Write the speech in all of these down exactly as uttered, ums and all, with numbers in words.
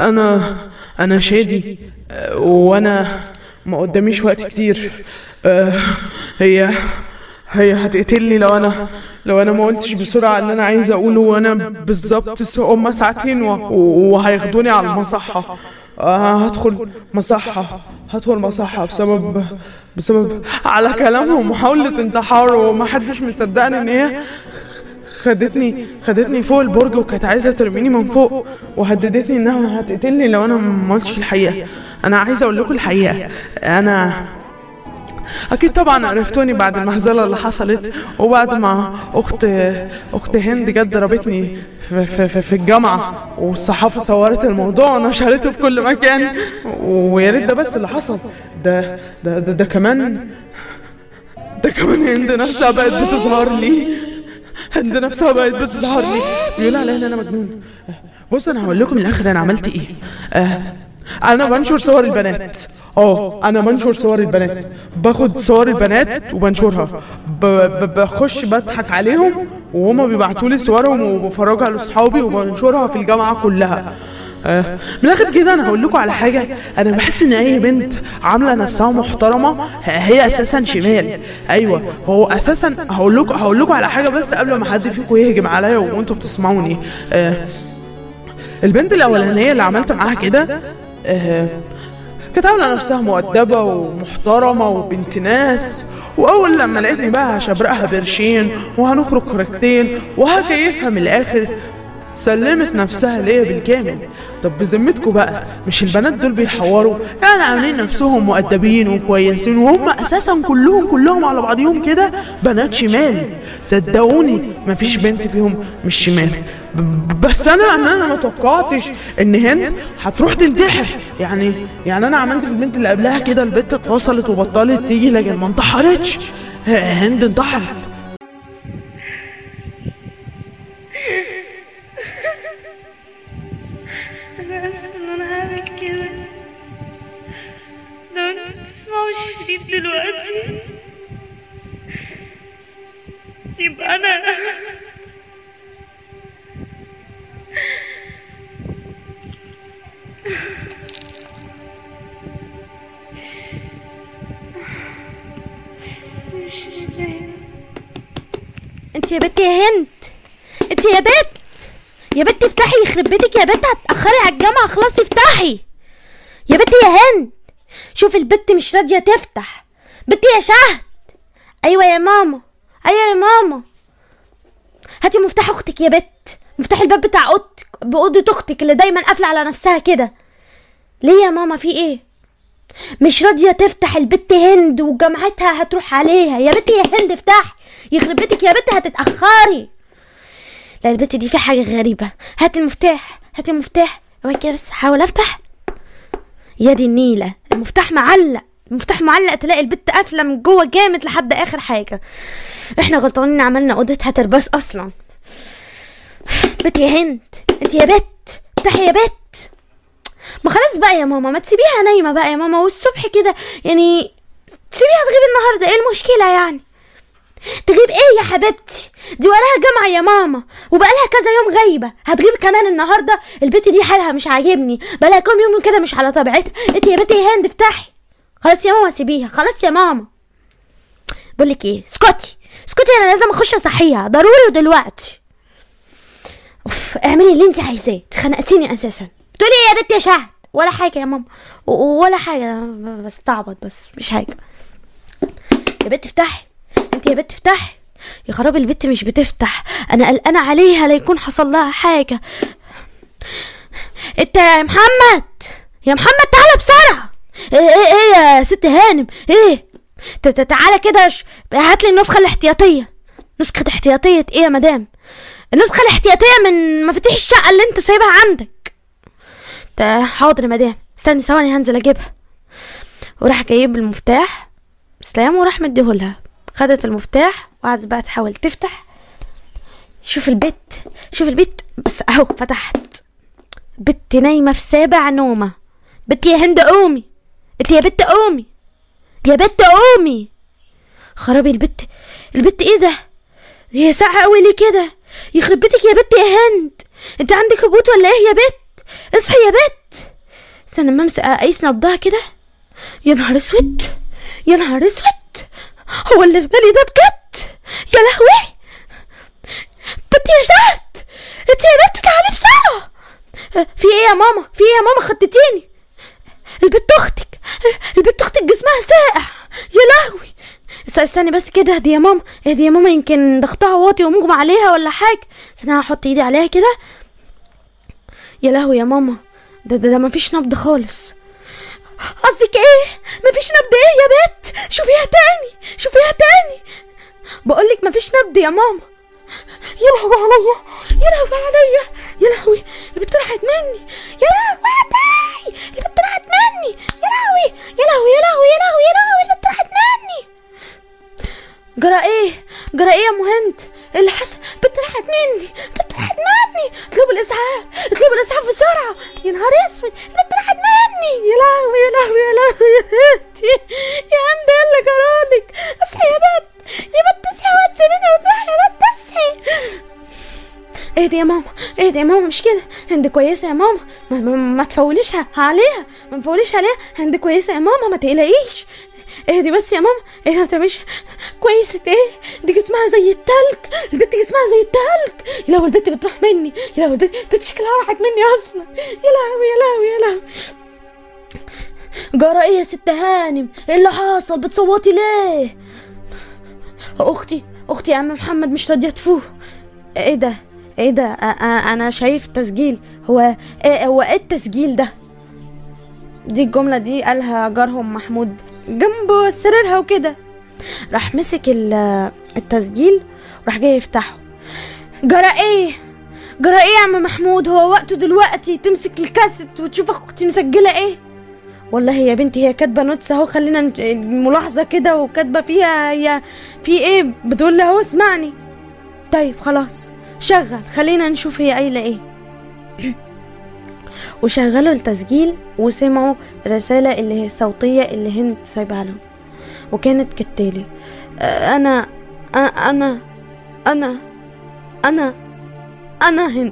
انا انا شادي، وانا ما قداميش وقت كتير. أه هي هي هتقتلني لو انا لو انا ما قلتش بسرعه اللي انا عايز اقوله، وانا بالظبط هما ساعتين وهياخدوني على المصحه. أه هدخل مصحه هدخل مصحه بسبب بسبب على كلامهم محاوله انتحار، ومحدش مصدقني ان هي خدتني خدتني فوق البرج، وكانت عايزه ترميني من فوق، وهددتني انها هتقتلني لو انا ما قلتش الحقيقه. انا عايزه اقول لكم الحقيقه، انا اكيد طبعا عرفتوني بعد المهزله اللي حصلت، وبعد ما اخت اخت هند جت ضربتني في, في, في الجامعه، والصحافه صورت الموضوع ونشرته في كل مكان. ويا ريت ده بس اللي حصل، ده ده ده, ده كمان ده كمان هند نفسها بقت بتظهر لي هند نفسها بقت بتظهر لي بيقول عليا ان انا مجنون. بص انا هقول لكم الاخر انا عملت ايه. آه انا بنشر صور البنات اه انا بنشر صور البنات باخد صور البنات وبنشرها، بخش بضحك عليهم وهما بيبعتوا لي صورهم، وبفرجها لاصحابي وبنشرها في الجامعه كلها. آه من الاخر كده انا هقول لكم على حاجه، انا بحس ان اي بنت عامله نفسها محترمه هي اساسا شمال. ايوه هو اساسا هقول لكم هقول لكم على حاجه بس قبل ما حد فيكم يهجم عليا وانتوا بتسمعوني. آه البنت الاولانيه اللي عملت معاها كده آه كانت عامله نفسها مؤدبه ومحترمه وبنت ناس، واول لما لقيتني بقى هشبرقها برشين وهنخرج خرجتين وهكيفها من الاخر، سلمت نفسها ليا بالكامل. طب بذمتكم بقى مش البنات دول بيحوروا؟ يعني عاملين نفسهم مؤدبين وكويسين، وهم اساسا كلهم كلهم على بعضهم كده بنات شمال. صدقوني مفيش بنت فيهم مش شمال. بس انا انا ما توقعتش ان هند هتروح تنتحر. يعني يعني انا عملت في البنت اللي قبلها كده، البنت اتوصلت وبطلت تيجي لكن ما انتحرتش. هند انتحرت. انا اسفه ان انا هعمل كده. لو انتوا بتسمعوا الشريط دلوقتي يبقى انا انت يا بنت يا هند، انت يا بنت يا بنت افتحي يخرب بيتك يا بنت، هتأخري على الجامعة خلاص افتحي يا بنت يا هند. شوفي البنت مش راضية تفتح. بنت يا شهد. ايوه يا ماما ايوه يا ماما. هاتي مفتاح اختك يا بنت، مفتاح الباب بتاع اوضتك بأوضة اختك اللي دايما قافلة على نفسها كده. ليه يا ماما في ايه؟ مش راضية تفتح البنت هند وجامعتها هتروح عليها. يا بنت يا هند افتحي يخرب بيتك يا بنت هتتأخري. لا البنت دي في حاجة غريبة. هاتي المفتاح هاتي المفتاح. اوعي كده بس حاول افتح. يا دي النيلة المفتاح معلق المفتاح معلق تلاقي البنت قافلة من جوه جامد لحد اخر حاجة. احنا غلطانين عملنا اوضتها ترباس اصلا. بنت يا هند انت يا بنت افتحي يا بنت. ما خلاص بقى يا ماما، ما تسيبيها نايمة بقى يا ماما، والصبح كده يعني تسيبيها تغيب النهاردة. ايه المشكلة يعني؟ تغيب ايه يا حبيبتي؟ دي وراها جامعة يا ماما وبقالها كذا يوم غايبة، هتغيب كمان النهاردة؟ البنت دي حالها مش عاجبني، بقالها كام يوم كده مش على طبيعتها. انت يا بنتي يا هند افتحي. خلاص يا ماما سيبيها خلاص يا ماما. بقولك ايه، اسكتي اسكتي، انا لازم اخش اصحيها ضروري ودلوقتي. اوف اعملي اللي انت عايزاه، خنقتيني اساسا. بتقولي ايه يا بنتي يا شهد؟ ولا حاجة يا ماما ولا حاجة، بس تعبط بس مش حاجة. يا بنت افتحي انت يا بنت افتحي. يا خراب البنت مش بتفتح، انا قلقانه عليها لا يكون حصل لها حاجه. انت يا محمد يا محمد تعالى بسرعه. ايه ايه ايه يا ست هانم ايه؟ تعالى كده هات لي النسخه الاحتياطيه. نسخه احتياطيه ايه يا مدام؟ النسخه الاحتياطيه من مفاتيح الشقه اللي انت سايبها عندك. حاضر يا مدام استني ثواني هنزل اجيبها. وراح جايب المفتاح سلام وراح مديهولها. خدت المفتاح وقعدت بقى تحاول تفتح. شوف البت شوف البت بس اهو فتحت. بت نايمه في سابع نومه. بت يا هند قومي، انت يا بت قومي يا بت قومي. خرابي البت البت ايه ده؟ هي ساعه قوي ليه كده؟ يخرب بيتك يا بت يا هند، انت عندك هبوط ولا ايه يا بت؟ اصحي يا بت. استنى ما امسك اقيس نبضها كده. يا نهار اسود، يا نهار اسود، هو اللي في بالي ده بجد؟ يا لهوي بنتي يا شهد، انت يا بنت تعالي بسرعه. في ايه يا ماما؟ في ايه يا ماما؟ خدتيني. البنت اختك، البنت اختك جسمها ساقع. يا لهوي استني بس كده. اهدي يا ماما، اهدي يا ماما، يمكن ضغطها واطي ومغمى عليها ولا حاجه. استنى هحط ايدي عليها كده. يا لهوي يا ماما، ده ده, ده مفيش نبض خالص. قصدك ايه مفيش نبض؟ ايه يا بنت؟ شوفيها تاني، شوفيها تاني. بقولك مفيش نبض يا ماما. يا لهوي عليا، يا لهوي عليا، يا لهوي البنت راحت مني. يا لهوي البنت راحت مني. يا لهوي يا لهوي يا لهوي يا لهوي يا لهوي البنت راحت مني. جرى ايه؟ جرى ايه يا مهند؟ ايه اللي حصل؟ البنت راحت مني، البنت راحت مني. اطلبوا الاسعاف، اطلبوا الاسعاف بسرعه. يا نهار اسود البنت راحت مني. يا لهوي يا لهوي يا لهوي يا بنتي يا هند، ايه اللي جرالك؟ اصحي يا بنت، يا بنت اصحي وتسيبيني وتروحي يا بنت اصحي. اهدي يا ماما، اهدي يا ماما، مش كده. هند كويسه يا ماما، ما, ما, ما تفوليش عليها، ما نفوليش عليها. هند كويسه يا ماما، ما تقلقيش. اهدي بس يا ماما. ايه ما تعملش كويسه ايه؟ دي جسمها زي التلج، البنت جسمها زي التلج. يا لهوي البنت بتروح مني، يا لهوي البنت البنت شكلها راحت مني اصلا. يا لهوي يا لهوي يا لهوي. جرى ايه يا ست هانم؟ ايه اللي حصل؟ بتصوتي ليه؟ اختي اختي يا عم محمد مش راضيه تفوق. ايه ده ايه ده؟ انا شايف تسجيل. هو ايه هو ايه التسجيل ده؟ دي الجمله دي قالها جارهم محمود جنبه سريرها وكده. راح مسك التسجيل وراح جاي يفتحه. جرى ايه؟ جرى ايه يا عم محمود؟ هو وقته دلوقتي تمسك الكاسيت وتشوف اختي مسجله ايه؟ والله يا بنتي هي كاتبه نوتس اهو، خلينا ملاحظه كده، وكاتبه فيها هي في ايه، بتقول له اهو اسمعني. طيب خلاص شغل، خلينا نشوف هي قايله ايه. وشغلوا التسجيل وسمعوا الرساله اللي هي الصوتيه اللي هند سايبها لهم، وكانت كالتالي: انا انا انا انا انا هند.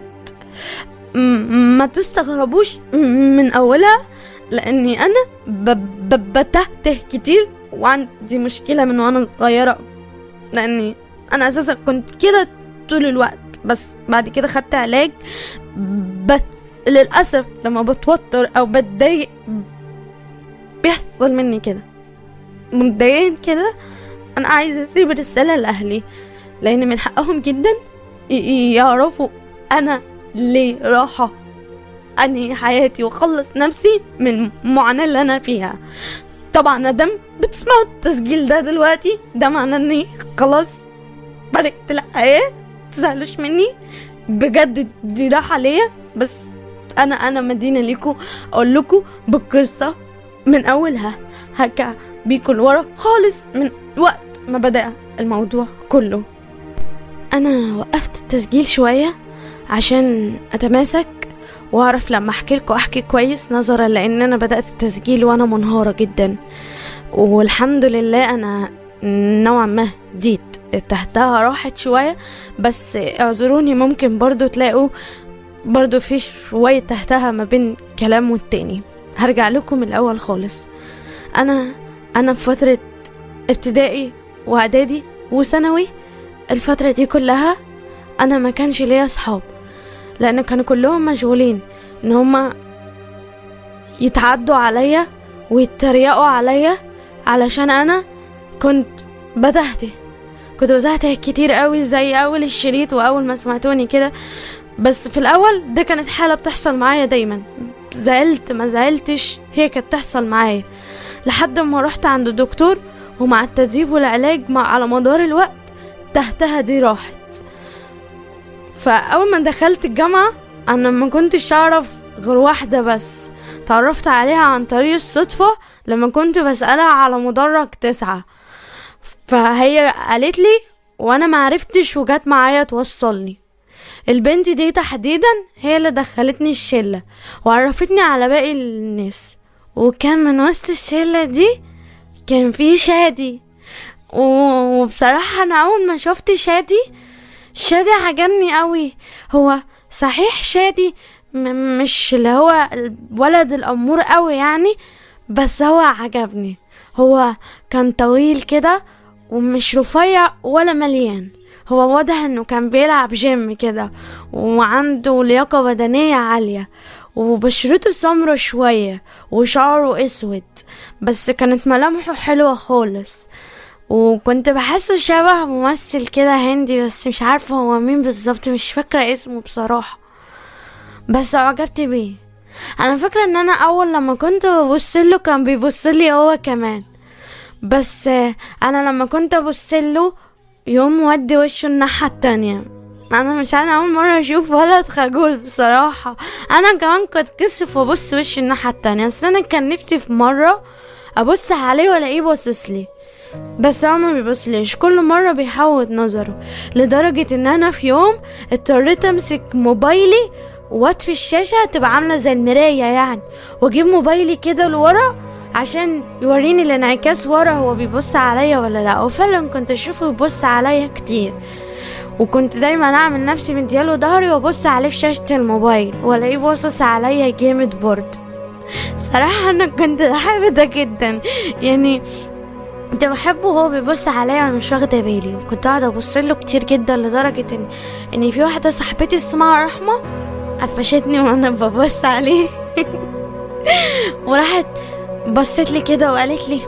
ما تستغربوش من اولها، لاني انا بتهته كتير وعندي مشكله من وانا صغيره، لاني انا اساسا كنت كده طول الوقت، بس بعد كده خدت علاج. بس للاسف لما بتوتر او بتضايق بيحصل مني كده. مبدئيا كده انا عايزه اسيب رساله لاهلي، لان من حقهم جدا يعرفوا انا ليه راحه انهي حياتي واخلص نفسي من المعاناه اللي انا فيها. طبعا ادم بتسمعوا التسجيل ده دلوقتي، ده معناه اني خلاص بدأت الحياه. متزعلوش مني بجد، دي راحه ليا، بس انا انا مدينه ليكم اقول لكم بالقصه من اولها، هكا بيكون ورا خالص من وقت ما بدأ الموضوع كله. انا وقفت التسجيل شويه عشان اتماسك واعرف لما احكي لكم احكي كويس، نظرا لان انا بدأت التسجيل وانا منهارة جدا، والحمد لله انا نوعا ما ديت تحتها راحت شوية، بس اعذروني ممكن برضو تلاقوا برضو في شوية تحتها ما بين كلام والتاني. هرجع لكم الاول خالص. انا انا في فترة ابتدائي واعدادي وثانوي، الفترة دي كلها انا ما كانش ليا اصحاب، لان كانوا كلهم مشغولين ان هما يتعدوا عليا ويتريقوا عليا علشان انا كنت بتهته كنت بتهته كتير قوي، زي اول الشريط واول ما سمعتوني كده. بس في الاول ده كانت حالة بتحصل معايا دايما، زعلت ما زعلتش هي كانت تحصل معايا، لحد ما رحت عند الدكتور، ومع التدريب والعلاج مع على مدار الوقت تهتها دي راحت. فاول ما دخلت الجامعة انا ما كنتش اعرف غير واحدة بس، تعرفت عليها عن طريق الصدفة لما كنت بسألها على مدرج تسعة، فهي قالت لي وانا ما عرفتش وجات معايا توصلني. البنت دي تحديدا هي اللي دخلتني الشلة وعرفتني على باقي الناس، وكان من وسط الشلة دي كان في شادي. وبصراحة انا اول ما شفت شادي شادي عجبني قوي. هو صحيح شادي م- مش اللي هو الولد الامور قوي يعني، بس هو عجبني. هو كان طويل كده ومش رفيع ولا مليان، هو واضح انه كان بيلعب جيم كده، وعنده لياقة بدنية عالية، وبشرته سمرة شوية، وشعره اسود، بس كانت ملامحه حلوة خالص. وكنت بحس شبه ممثل كده هندي، بس مش عارفة هو مين بالظبط، مش فاكرة اسمه بصراحة، بس عجبت بيه. انا فاكرة ان انا اول لما كنت ببصله كان بيبصلي هو كمان، بس انا لما كنت ابصله يوم ودي وشه الناحية التانية. انا مش انا اول مرة اشوف ولد خجول بصراحة، انا كمان كنت كسف وابص وش الناحية التانية، بس انا كان نفسي في مرة ابص عليه والاقيه باصص لي، بس هو ما بيبصليش، كل مرة بيحود نظره، لدرجة ان انا في يوم اضطريت امسك موبايلي واطفي الشاشة تبقى عاملة زي المراية يعني، واجيب موبايلي كده لورا عشان يوريني الانعكاس ورا هو بيبص عليا ولا لا. وفعلا كنت اشوفه يبص عليا كتير، وكنت دايما اعمل نفسي مدياله ظهري وابص عليه في شاشة الموبايل والاقيه باصص عليا جامد برضه. صراحة انا كنت بحب ده جدا يعني، كنت بحبه وهو بيبص عليا وانا مش واخده بالي، وكنت قاعده ابص له كتير جدا لدرجه ان ان في واحده صاحبتي اسمها رحمه قفشتني وانا ببص عليه وراحت بصت لي كده وقالت لي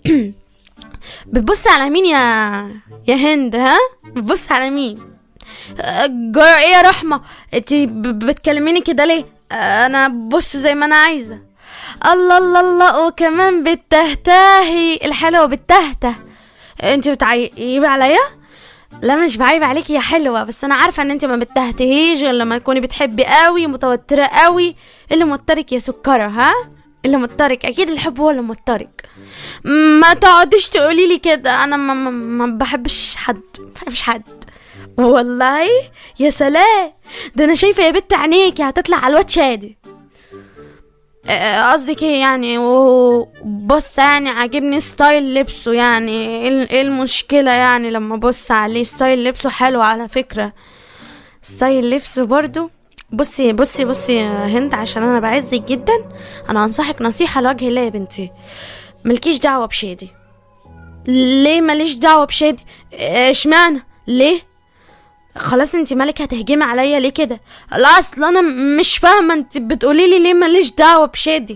بتبص على مين يا يا هند؟ ها بتبص على مين؟ جرى ايه يا رحمه انتي بتكلميني كده ليه؟ انا ببص زي ما انا عايزه. الله الله الله، وكمان بتهتهي الحلوه بتهته. انتي بتعيبي عليا؟ لا مش بعيب عليكي يا حلوه، بس انا عارفه ان انتي ما بتهتهيش غير لما تكوني بتحبي قوي متوتره قوي. اللي موترك يا سكره؟ ها اللي موترك اكيد الحب هو اللي موترك. ما تقعديش تقولي لي كده، انا ما, ما, ما بحبش حد ما بحبش حد والله. يا سلام، ده انا شايفه يا بنت عينيكي هتطلع على الواد شادي. قصدك ايه يعني؟ وبص يعني عاجبني ستايل لبسه، يعني ايه المشكله يعني لما بص عليه؟ ستايل لبسه حلو على فكره، ستايل لبسه برضو. بصي بصي بصي يا هند، عشان انا بعزك جدا، انا انصحك نصيحه لوجه الله يا بنتي، ملكيش دعوه بشادي. ليه ماليش دعوه بشادي؟ اشمعنى؟ ليه؟ خلاص انتي مالك هتهجمي عليا ليه كده؟ لا اصل انا مش فاهمه انتي بتقولي لي ليه ماليش دعوه بشادي.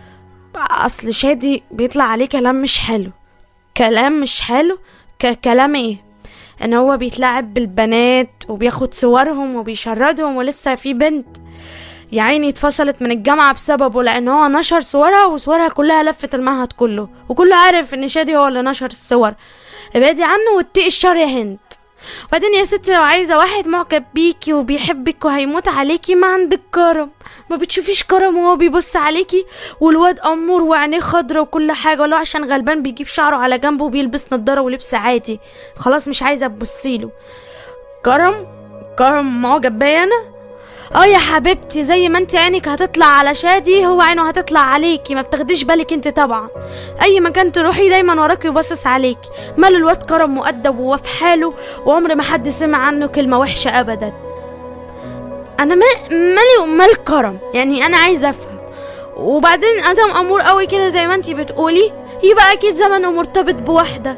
اصل شادي بيطلع عليه كلام مش حلو. كلام مش حلو؟ ك- كلام ايه؟ ان هو بيتلاعب بالبنات وبياخد صورهم وبيشردهم، ولسه في بنت يا عيني اتفصلت من الجامعه بسببه، لان هو نشر صورها وصورها كلها لفت المعهد كله، وكله عارف ان شادي هو اللي نشر الصور. ابعدي عنه واتقي الشر يا هند. وبعدين يا ستي، لو عايزه واحد معجب بيكي وبيحبك وهيموت عليكي، ما عندك كرم؟ ما بتشوفيش كرم وهو بيبص عليكي؟ والواد امور وعينيه خضره وكل حاجه، ولا عشان غلبان بيجيب شعره على جنبه وبيلبس نضاره ولبس عادي؟ خلاص مش عايزه تبصيله. كرم كرم معجب بيا انا؟ اه يا حبيبتي، زي ما انت عينك هتطلع على شادي هو عينه هتطلع عليكي، ما بتاخديش بالك انت طبعا. اي مكان تروحي دايما وراكي وباصص عليكي. مال الواد كرم مؤدب وفي حاله، وعمر ما حد سمع عنه كلمه وحشه ابدا. انا مالي ومال كرم يعني؟ انا عايزه افهم. وبعدين ادم امور قوي كده زي ما انت بتقولي، يبقى اكيد زمنه مرتبط بواحده.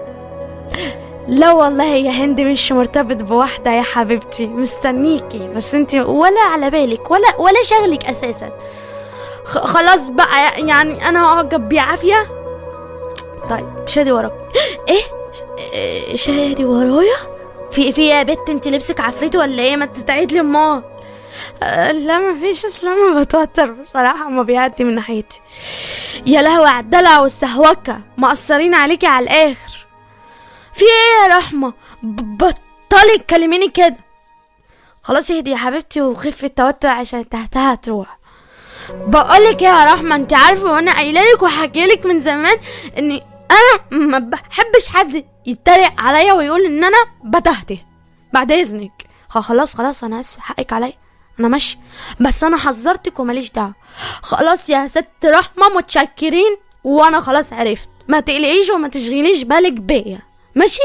لا والله يا هند مش مرتبط بواحدة يا حبيبتي، مستنيكي بس انت ولا على بالك ولا ولا شغلك اساسا. خلاص بقى يعني انا هعجب بيه عافية. طيب شادي وراك ايه؟ إيه شادي ورايا؟ في في يا بت انت لبسك عفريت ولا ايه؟ ما تتعيد لي امال. أه لا ما فيش، اصلا انا بتوتر بصراحة ما بيعدي من ناحيتي. يا لهوي على الدلع والسهوكة، مقصرين عليكي على الاخر. في ايه يا رحمة؟ بطلي تكلميني كده. خلاص اهدي يا حبيبتي وخفي التوتر عشان تحتها تروح. بقولك ايه يا رحمة، انت عارفة وانا قايلالك وحكيلك من زمان اني انا ما بحبش حد يتريق عليا ويقول ان انا بتهته. بعد اذنك. خلاص خلاص انا اسف، حقك عليا، انا ماشي، بس انا حذرتك وماليش دعوه. خلاص يا ست رحمة متشكرين، وانا خلاص عرفت، ما تقلقيش وما تشغليش بالك بيا، ماشي؟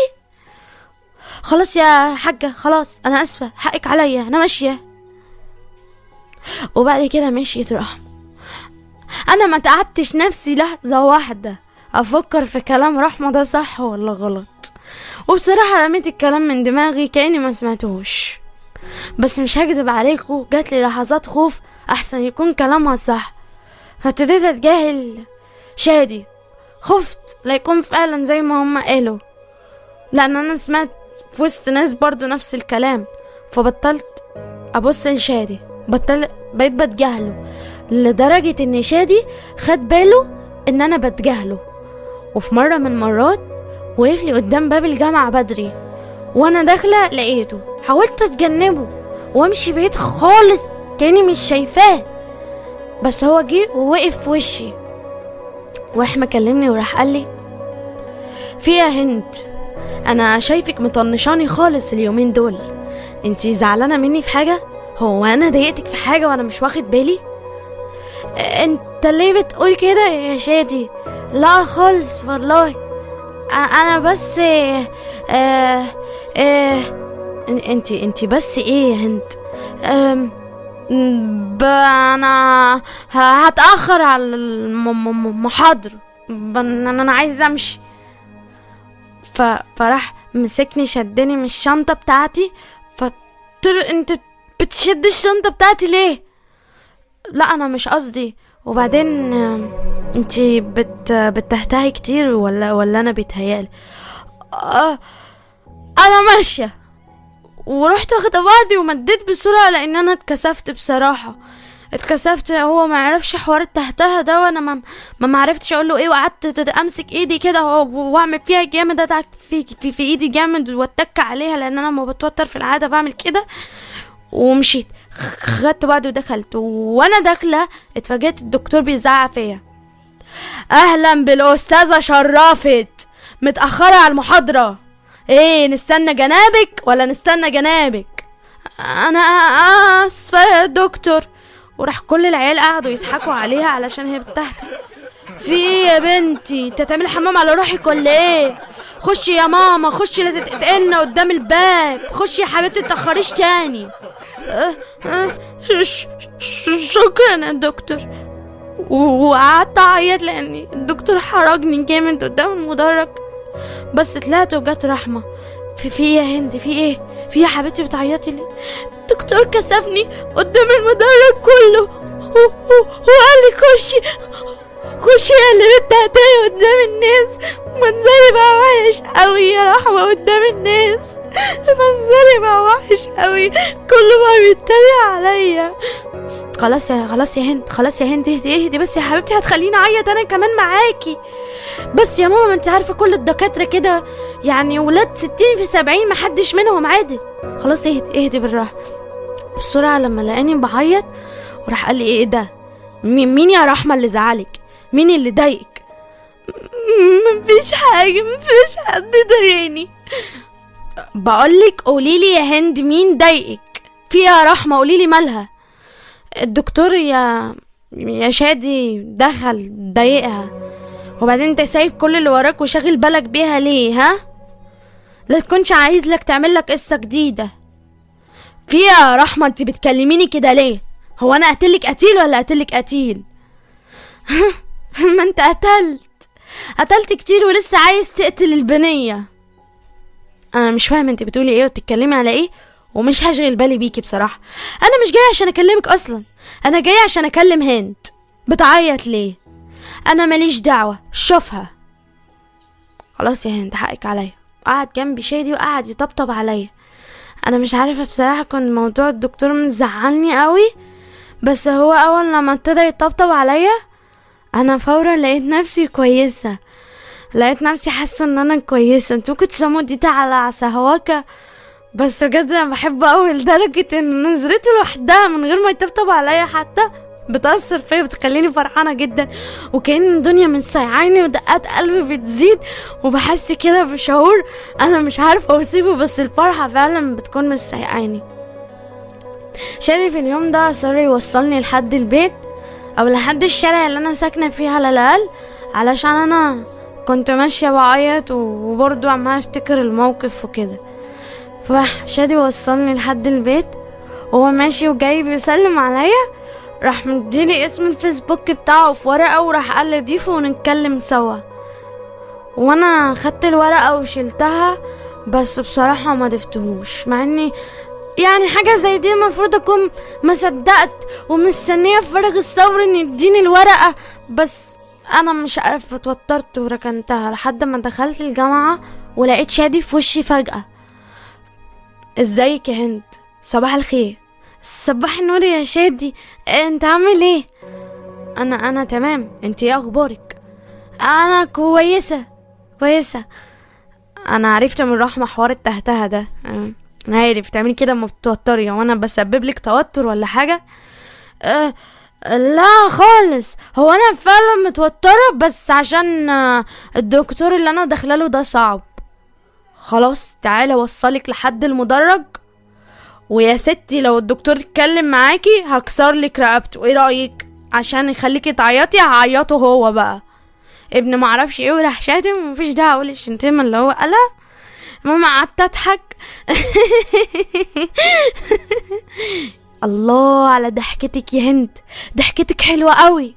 خلاص يا حاجة، خلاص انا اسفة، حقك عليا، انا ماشية. وبعد كده مشيت رحمة. انا ما تعبتش نفسي لحظة واحدة افكر في كلام رحمة ده صح ولا غلط، وبصراحة رميت الكلام من دماغي كأني ما سمعتهوش. بس مش هكذب عليكم، جات لي لحظات خوف احسن يكون كلامها صح، فابتديت اتجاهل شادي. خفت لا يكون فعلا زي ما هم قالوا، لان انا سمعت في وسط ناس برضو نفس الكلام، فبطلت ابص لشادي، بطلت بقيت بتجاهله لدرجة ان شادي خد باله ان انا بتجاهله. وفي مرة من مرات وقف لي قدام باب الجامعة بدري وانا داخلة لقيته، حاولت اتجنبه وامشي بعيد خالص كاني مش شايفاه، بس هو جه ووقف في وشي وراح مكلمني وراح قال لي في يا هند، انا شايفك مطنشاني خالص اليومين دول، انتي زعلانة مني في حاجة؟ هو انا ضايقتك في حاجة وانا مش واخد بالي؟ انت ليه بتقول كده يا شادي؟ لا خالص والله، انا بس اه اه اه انتي انتي بس ايه يا هند؟ ب... انا هتأخر على المحاضرة، انا عايز امشي. ف... فراح مسكني شدني من الشنطة بتاعتي، فقلتله انت بتشد الشنطة بتاعتي ليه؟ لا انا مش قصدي، وبعدين انتي بت... بتهتهي كتير ولا ولا انا بيتهيالي؟ أه... انا ماشية، ورحت واخده بعضي ومديت بسرعه لان انا اتكسفت بصراحه، اتكسفت. هو ما عرفش حوار التهتها ده وانا ما ما معرفتش اقول له ايه، وقعدت امسك ايدي كده واعمل فيها جامد، ادعك في, في في ايدي جامد واتك عليها لان انا ما بتوتر في العاده بعمل كده، ومشيت خدت بعضي ودخلت. وانا داخله اتفاجئت الدكتور بيزعق فيا، اهلا بالاستاذه شرفت، متاخره على المحاضره، ايه نستنى جنابك ولا نستنى جنابك؟ انا اسفه يا دكتور. وراح كل العيال قعدوا يضحكوا عليها علشان هي بتهته. في ايه يا بنتي؟ انت تعملي حمام على روحك ولا ايه؟ خشي يا ماما، خشي لا تتقلنا قدام الباب، خشي يا حبيبتي متاخريش تاني. أه أه شكرا يا دكتور. وقعدت اعيط لان الدكتور حرجني جامد قدام المدرج، بس طلعت وجت رحمة. في في يا هند؟ في ايه؟ في يا حبيبتي بتعيطي ليه؟ الدكتور كسفني قدام المدرج كله وقال لي خشي خشي يا اللي بتهتهي قدام الناس، منظري بقى وحش قوي يا رحمة قدام الناس، منظري بقى وحش قوي، كله بقى بيتريق عليا. خلاص يا خلاص يا هند، خلاص يا هند، اهدي اهدي بس يا حبيبتي، هتخليني اعيط انا كمان معاكي. بس يا ماما ما انت عارفه كل الدكاتره كده يعني ولاد ستين في سبعين محدش منهم عادل. خلاص اهدي اهدي بالراحه. بسرعه لما لقاني بعيط وراح قال لي ايه ده؟ مين مين يا رحمه اللي زعلك؟ مين اللي ضايقك؟ مفيش حاجه، مفيش حد ضايقني. بقولك قوليلي يا هند مين ضايقك؟ في يا رحمه قوليلي مالها؟ الدكتور يا يا شادي دخل ضايقها. وبعدين انت سايب كل اللي وراك وشاغل بالك بيها ليه؟ ها؟ لا تكونش عايز لك تعمل لك قصه جديده. في يا رحمه انت بتكلميني كده ليه؟ هو انا قتلك قتيل ولا قتلك قتيل؟ ما انت قتلت قتلت كتير ولسه عايز تقتل البنيه. انا مش فاهم انت بتقولي ايه وبتتكلمي على ايه، ومش هشغل بالي بيكي بصراحه. انا مش جايه عشان اكلمك اصلا، انا جايه عشان اكلم هند. بتعيط ليه؟ انا ماليش دعوه، شوفها. خلاص يا هند حقك عليا. قعد جنبي شادي وقعد يطبطب عليا. انا مش عارفه بصراحه، كان موضوع الدكتور مزعلني قوي، بس هو اول لما ابتدى يطبطب عليا انا فورا لقيت نفسي كويسه، لقيت نفسي حاسه ان انا كويسه. انتوا ممكن تسموا دي على سهواكه، بس بجد انا بحبه قوي لدرجه ان نظرته لوحدها من غير ما يطبطب عليا حتى بتأثر فيا، بتخليني فرحانه جدا، وكأن الدنيا من سايعاني ودقات قلبي بتزيد، وبحس كده بشعور انا مش عارفه اوصفه، بس الفرحه فعلا بتكون من سايعاني. شادي في اليوم ده اصر يوصلني لحد البيت او لحد الشارع اللي انا ساكنه فيه على الاقل، علشان انا كنت ماشيه بعيط وبرضه عماله افتكر الموقف وكده. فشادي وصلني لحد البيت وهو ماشي وجاي بيسلم عليا راح مديني اسم الفيسبوك بتاعه في ورقة وراح قال لي ضيفه ونتكلم سوا. وانا خدت الورقة وشلتها، بس بصراحة ما ضفتهوش، مع اني يعني حاجة زي دي المفروض اكون ما صدقت ومستنية بفارغ الصبر ان يديني الورقة، بس انا مش عارفة اتوترت وركنتها لحد ما دخلت الجامعة ولقيت شادي في وشي فجأة. ازيك يا هند؟ صباح الخير. صباح النور يا شادي، انت عامل ايه؟ انا انا تمام، انت ايه اخبارك؟ انا كويسة كويسة. انا عرفت من رحمة حوار التهتها ده، انا عارف بتعملي كده ما بتوتري، وانا بسبب لك توتر ولا حاجة؟ أه لا خالص، هو انا فعلا متوترة بس عشان الدكتور اللي انا داخلاله ده صعب. خلاص تعالى اوصلك لحد المدرج، ويا ستي لو الدكتور اتكلم معاكي هكسر لك رقبته، ايه رايك؟ عشان يخليكي تعيطي هعيطه هو بقى ابن معرفش ايه، وراح شاتم ومفيش داعي اقول الشتيمه اللي هو قالها. ماما قعدت اضحك الله على ضحكتك يا هند، ضحكتك حلوه قوي.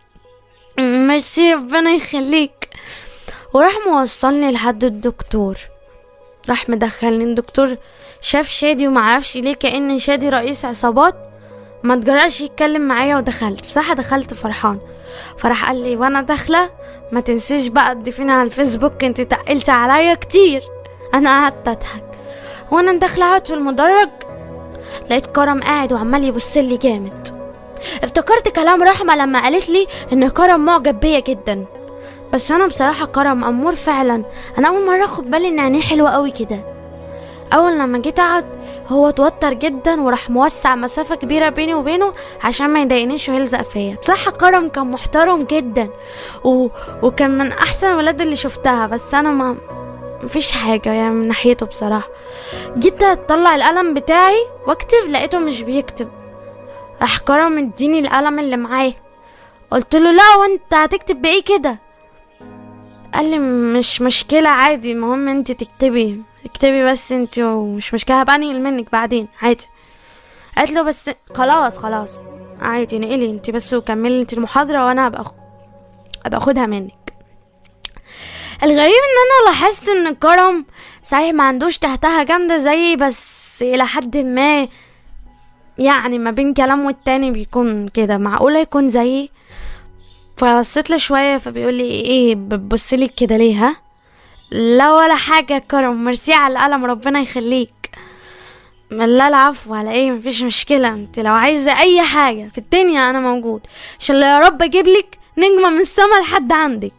ميرسي ربنا يخليك. وراح موصلني لحد الدكتور، راح مدخلني الدكتور، شاف شادي ومعرفش ليه كأن شادي رئيس عصابات، ما تجرأش يتكلم معايا، ودخلت بصراحة دخلت فرحان. فراح قال لي وانا داخله ما تنسيش بقى تضيفيني على الفيسبوك، انت تقلت عليا كتير. انا قعدت اضحك وانا داخله اقعد في المدرج، لقيت كرم قاعد وعمال يبص لي جامد. افتكرت كلام رحمه لما قالت لي ان كرم معجب بيا جدا، بس انا بصراحه كرم امور فعلا. انا اول مره اخد بالي ان عينيه حلوه قوي كده. اول لما جيت اقعد هو اتوتر جدا وراح موسع مسافه كبيره بيني وبينه عشان ما يضايقنيش ويلزق فيا. بصراحه كرم كان محترم جدا و... وكان من احسن الولاد اللي شفتها، بس انا ما مفيش حاجه يعني من ناحيته بصراحه. جيت اطلع القلم بتاعي واكتب لقيته مش بيكتب، راح كرم اديني القلم اللي معاه. قلت له لا وانت هتكتب بايه كده؟ قال لي مش مشكله عادي، المهم انت تكتبي اكتبي بس انت، ومش مشكله هبقى انقل منك بعدين عادي. قالت له بس خلاص خلاص عادي نقلي انت بس وكملي انت المحاضره وانا هبقى ابقى اخدها منك. الغريب ان انا لاحظت ان كرم صحيح ما عندوش تهتها جامده زيي، بس الى حد ما يعني ما بين كلام والتاني بيكون كده، معقوله يكون زيي. فبصيت له شويه فبيقول لي ايه بتبصلي كده ليه؟ ها لا ولا حاجه يا كرم، ميرسي على القلم ربنا يخليك. لا العفو على ايه، مفيش مشكله، انت لو عايزه اي حاجه في الدنيا انا موجود، عشان يا رب اجيب لك نجمه من السما لحد عندك.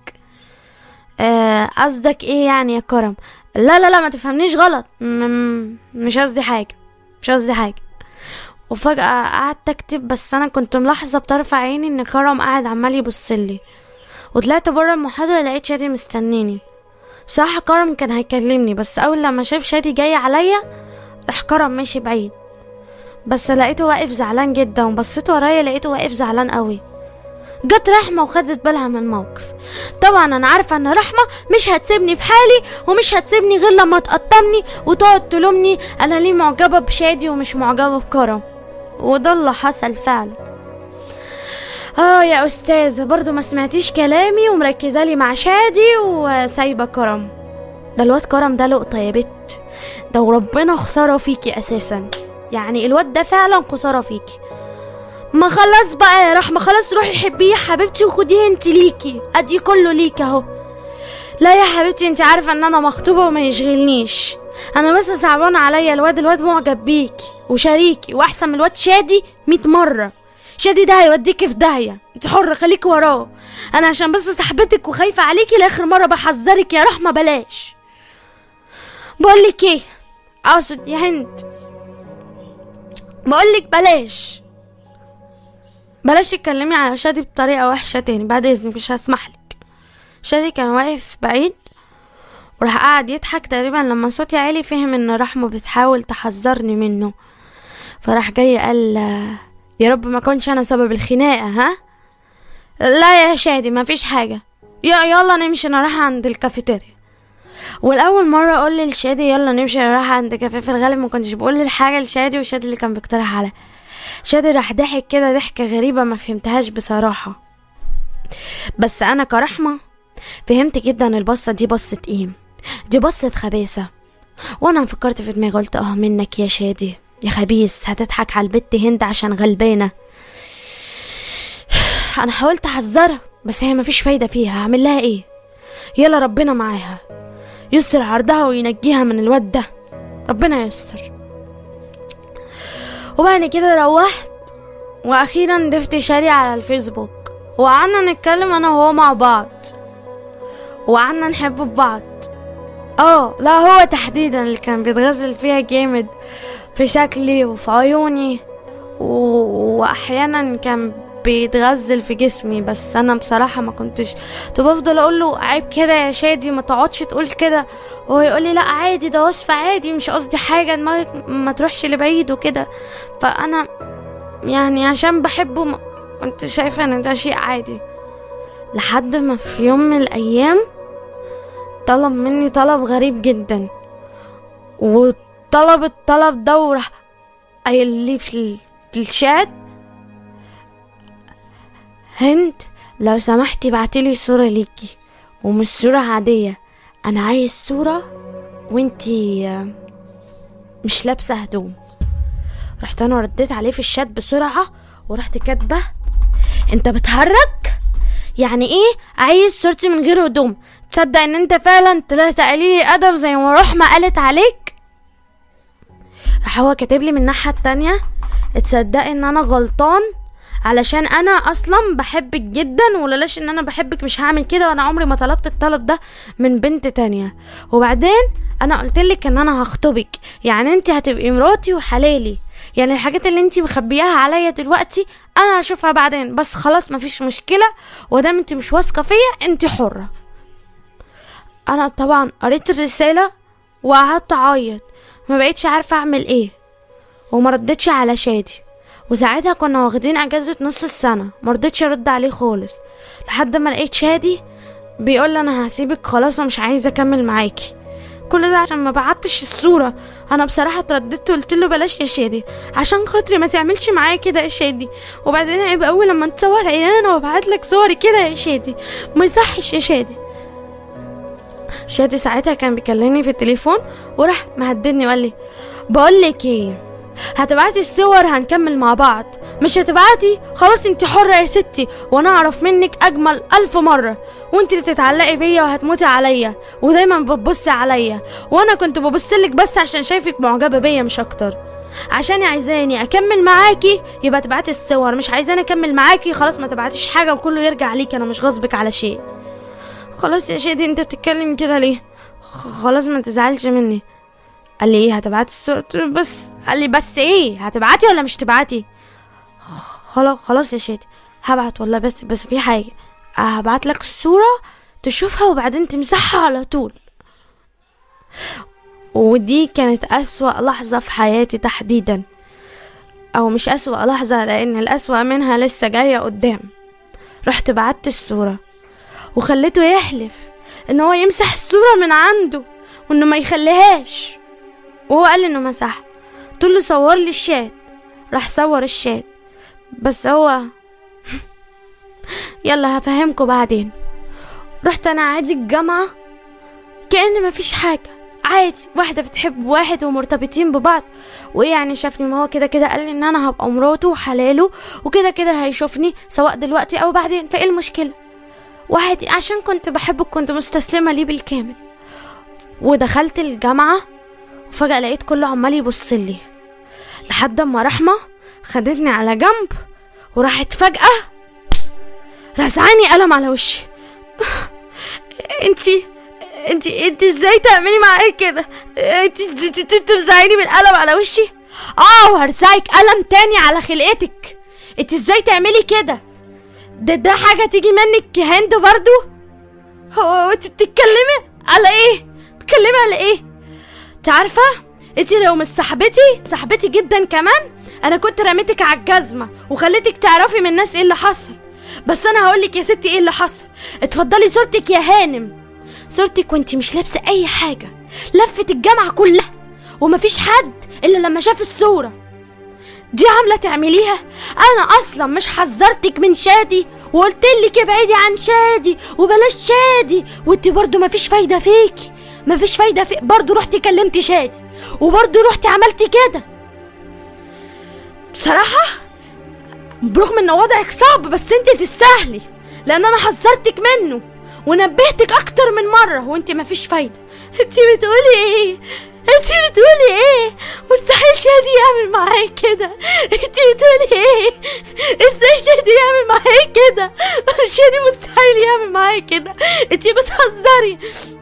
قصدك آه ايه يعني يا كرم؟ لا لا لا ما تفهمنيش غلط، م- مش قصدي حاجه مش قصدي حاجه. وفجاه قعدت اكتب، بس انا كنت ملاحظه بطرف عيني ان كرم قاعد عمال يبصلي. وطلعت بره المحاضره لقيت شادي مستنيني. بصراحه كرم كان هيكلمني، بس اول لما شاف شادي جاي عليا راح كرم ماشي بعيد، بس لقيته واقف زعلان جدا، وبصيت ورايا لقيته واقف زعلان قوي. جت رحمه وخدت بالها من الموقف. طبعا انا عارفه ان رحمه مش هتسيبني في حالي، ومش هتسيبني غير لما تقطمني وتقعد تلومني انا ليه معجبه بشادي ومش معجبه بكرم، وده اللي حصل فعلا. اه يا استاذه برضو ما سمعتيش كلامي ومركزه لي مع شادي وسايبه كرم. ده الواد كرم ده لقطه يا بت، ده وربنا خساره فيكي اساسا، يعني الواد ده فعلا خساره فيكي. ما خلاص بقى يا رحمه، خلاص روحي حبيه يا حبيبتي وخديه انت ليكي، ادي كله ليك اهو. لا يا حبيبتي انت عارفه ان انا مخطوبه وما يشغلنيش، انا بس صعبان عليا الواد، الواد معجب بيكي وشريكي واحسن من الواد شادي مية مره. شادي ده هيوديكي في داهيه، انت حره خليكي وراه. انا عشان بس صاحبتك وخايفه عليكي لاخر مره بحذرك يا رحمه بلاش. بقولك ايه، اقصد يا هند بقولك بلاش بلاش تتكلمي على شادي بطريقه وحشه تاني بعد اذنك، مش هسمحلك. شادي كان واقف بعيد وراح قاعد يضحك، تقريبا لما صوتي عالي فهم ان رحمه بتحاول تحذرني منه، فراح جاي قال يا رب ما كنتش انا سبب الخناقه. ها لا يا شادي ما فيش حاجه، يا يلا نمشي انا رايحه عند الكافيتيريا. والاول مره اقول لشادي يلا نمشي نروح عند كافيه، في الغالب ما كنتش بقول الحاجه لشادي، وشادي اللي كان بيقترح عليا. شادي راح ضحك كده ضحكه غريبه ما فهمتهاش بصراحه، بس انا كرحمه فهمت جدا البصه دي بصه ايه، دي بصه خبيثه. وانا فكرت في دماغي قلت اه منك يا شادي يا خبيث، هتضحك على البت هند عشان غلبانه. انا حاولت احذرها بس هي مفيش فايده فيها، هعمل لها ايه؟ يلا ربنا معاها يستر عرضها وينجيها من الواد ده، ربنا يستر. وبعد كده روحت واخيرا ضفت شادي على الفيسبوك، وقعدنا نتكلم انا وهو مع بعض، وقعدنا نحب بعض. اه لا هو تحديدا اللي كان بيتغزل فيها جامد في شكلي وفي عيوني، و... واحيانا كان بيتغزل في جسمي، بس انا بصراحه ما كنتش بفضل اقول له عيب كده يا شادي ما تقعدش تقول كده، وهو يقول لي لا عادي ده وصف عادي مش قصدي حاجه دماغك ما تروحش لبعيد وكده. فانا يعني عشان بحبه ما كنت شايفه ان ده شيء عادي، لحد ما في يوم من الايام طلب مني طلب غريب جدا، وطلب الطلب ده وراح قايل لي في في الشات هند لو سمحتي بعتيلي صورة ليكي، ومش صورة عادية، انا عايز صورة وانتي مش لابسة هدوم. رحت انا رديت عليه في الشات بسرعة ورحت كاتبة انت بتهرج؟ يعني ايه عايز صورتي من غير هدوم؟ تصدق ان انت فعلا طلعت قليلي ادب زي ما رحمة قالت عليك؟ راح هو كاتبلي من الناحية التانية تصدقي ان انا غلطان علشان انا اصلا بحبك جدا، ولولاش ان انا بحبك مش هعمل كده، وانا عمري ما طلبت الطلب ده من بنت تانية، وبعدين انا قلتلك ان انا هخطبك، يعني انت هتبقي مراتي وحلالي، يعني الحاجات اللي انت مخبياها عليا دلوقتي انا هشوفها بعدين، بس خلاص مفيش مشكلة، ودام انت مش واثقة فيا انت حرة. انا طبعا قريت الرسالة وقعدت اعيط، ما بقيتش عارفة اعمل ايه، وما ردتش على شادي، وساعتها كنا واخدين اجازة نص السنة، مرضتش ارد عليه خالص، لحد ما لقيت شادي بيقول لي انا هسيبك خلاص ومش عايزة اكمل معاكي، كل ده عشان ما بعتش الصورة. انا بصراحة اترددت وقلت له بلاش يا شادي عشان خاطري ما تعملش معايا كده يا شادي، وبعدين عيب قوي لما تصور عيانا وابعت لك صوري كده يا شادي، ما يصحش يا شادي. شادي ساعتها كان بيكلمني في التليفون وراح مهددني وقال لي بقول لك ايه، هتبعتي الصور هنكمل مع بعض، مش هتبعتي خلاص انت حرة يا ستي، وانا اعرف منك اجمل الف مرة، وانت اللي تتعلقي بيا وهتموتي عليا ودايما بتبصي عليا، وانا كنت ببصلك بس عشان شايفك معجبة بيا مش اكتر، عشان عايزاني اكمل معاكي يبقى تبعتي الصور، مش عايزاني اكمل معاكي خلاص ما تبعتيش حاجة وكله يرجع ليك، انا مش غصبك على شيء. خلاص يا شادي انت بتتكلم كده ليه؟ خلاص ما تزعلش مني. قال لي ايه هتبعتي الصورة؟ بس قال لي بس ايه هتبعتي ولا مش تبعتي؟ خلاص خلاص يا شادي هبعت والله، بس بس في حاجة هبعت لك الصورة تشوفها وبعدين تمسحها على طول. ودي كانت أسوأ لحظة في حياتي تحديدا، او مش أسوأ لحظة لان الأسوأ منها لسه جاية قدام. رحت بعت الصورة وخليته يحلف ان هو يمسح الصورة من عنده وانه ما يخليهاش، وهو قال انه مسح. قلت له صور لي الشات، راح صور الشات، بس هو يلا هفهمكم بعدين. رحت انا عادي الجامعة كأن ما فيش حاجة، عادي واحدة بتحب واحد ومرتبطين ببعض، وايه يعني شافني، ما هو كده كده قال لي ان انا هبقى مراته وحلاله، وكده كده هيشوفني سواء دلوقتي او بعدين، فايه المشكلة؟ واحد عشان كنت بحبه كنت مستسلمة ليه بالكامل. ودخلت الجامعة وفجأة لقيت كله عمال يبصلي، لحد ما رحمة خدتني على جنب وراحت فجأة رزعاني قلم على وشي. انتي انتي انتي ازاي تعملي معايا كده؟ انتي ترزعيني بالقلم على وشي؟ اه وهرزعك قلم تاني على خلقتك. انتي ازاي تعملي كده؟ ده ده حاجة تيجي منك هند برضو؟ هو انتي بتتكلمي على ايه؟ بتتكلمي على ايه؟ تعرفة انتي لو مش صاحبتي صاحبتي جدا كمان انا كنت رميتك على الجزمة وخليتك تعرفي من الناس ايه اللي حصل، بس انا هقولك يا ستي ايه اللي حصل. اتفضلي صورتك يا هانم، صورتك وانتي مش لابسه اي حاجه، لفت الجامعه كلها ومفيش حد الا لما شاف الصوره دي عامله تعمليها. انا اصلا مش حذرتك من شادي وقلتلك ابعدي عن شادي وبلاش شادي، وانتي برضو مفيش فايده فيكي، مفيش فايده فيك، برضو رحتي كلمتي شادي وبرضو رحتي عملتي كده. بصراحه برغم ان وضعك صعب بس انتي تستاهلي، لان انا حذرتك منه ونبهتك اكتر من مره وانتي مفيش فايده. انتي بتقولي ايه؟ انتي بتقولي ايه؟ مستحيل شادي يعمل معايا كده. انتي بتقولي ايه؟ ازاي شادي يعمل معايا كده؟ شادي مستحيل يعمل معايا كده. انتي بتهزري.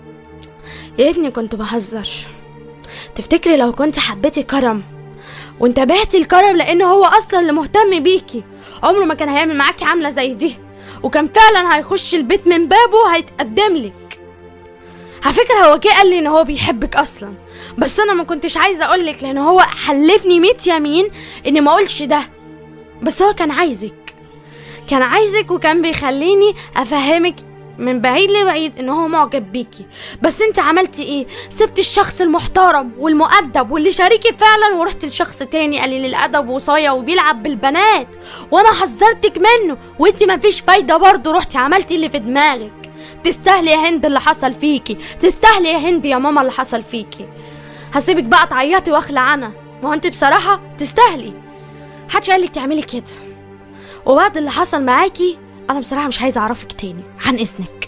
يا ريتني كنت بهزر. تفتكري لو كنت حبيتي كرم وانتبهتي لكرم لانه هو اصلا اللي مهتم بيكي، عمره ما كان هيعمل معاكي عامله زي دي، وكان فعلا هيخش البيت من بابه وهيتقدم لك. على فكره هو جه قال لي ان هو بيحبك اصلا، بس انا ما كنتش عايزه اقول لك لان هو حلفني ميت يمين اني ما اقولش ده، بس هو كان عايزك، كان عايزك وكان بيخليني افهمك من بعيد لبعيد ان هو معجب بيكي. بس انت عملتي ايه؟ سبت الشخص المحترم والمؤدب واللي شاريكي فعلا ورحت لشخص تاني قليل الادب وصايع وبيلعب بالبنات، وانا حذرتك منه وانت مفيش فايده برضه رحتي عملتي اللي في دماغك. تستاهلي يا هند اللي حصل فيكي، تستاهلي يا هند يا ماما اللي حصل فيكي. هسيبك بقى تعيطي واخلع انا، ما هو انت بصراحه تستاهلي. محدش قالك تعملي كده، وبعد اللي حصل معاكي انا بصراحه مش عايزه اعرفك تاني، عن اذنك.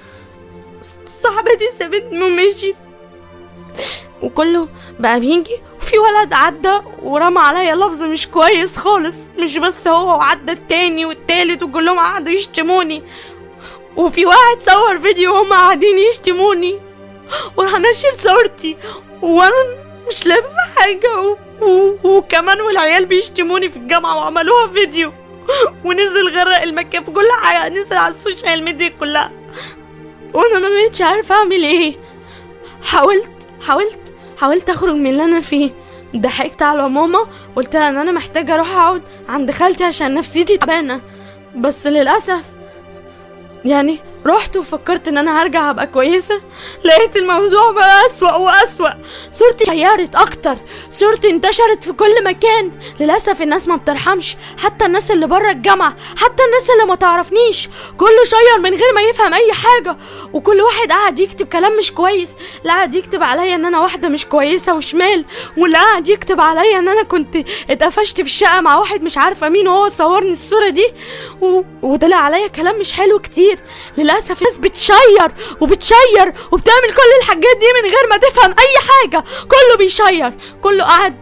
صاحبتي سابتني ومشيت وكله بقى بيجي، وفي ولد عدى ورمى عليا لفظ مش كويس خالص، مش بس هو، وعدى التاني والتالت وكلهم قعدوا يشتموني، وفي واحد صور فيديو وهم قاعدين يشتموني وراح نشر صورتي وانا مش لابسه حاجه و... و... وكمان والعيال بيشتموني في الجامعه وعملوها فيديو ونزل غرق المكان في كل حاجه، نزل على السوشيال ميديا كلها، وانا ما بقتش عارفه اعمل ايه. حاولت حاولت حاولت اخرج من اللي انا فيه، ضحكت على ماما قلت لها ان انا محتاجه اروح اقعد عند خالتي عشان نفسيتي تعبانه، بس للاسف يعني رحت وفكرت ان انا هرجع ابقى كويسه، لقيت الموضوع بقى اسوأ واسوأ. صورتي شيرت اكتر، صورتي انتشرت في كل مكان. للاسف الناس ما بترحمش، حتى الناس اللي بره الجامعه، حتى الناس اللي ما تعرفنيش، كله شير من غير ما يفهم اي حاجه، وكل واحد قاعد يكتب كلام مش كويس. اللي قاعد يكتب عليا ان انا واحده مش كويسه وشمال، واللي قاعد يكتب عليا ان انا كنت اتقفشت في الشقه مع واحد مش عارفه مين وهو صورني الصوره دي، و... وطلع عليا كلام مش حلو كتير. للاسف الناس بتشير وبتشير وبتعمل كل الحاجات دي من غير ما تفهم اي حاجه، كله بيشير، كله قاعد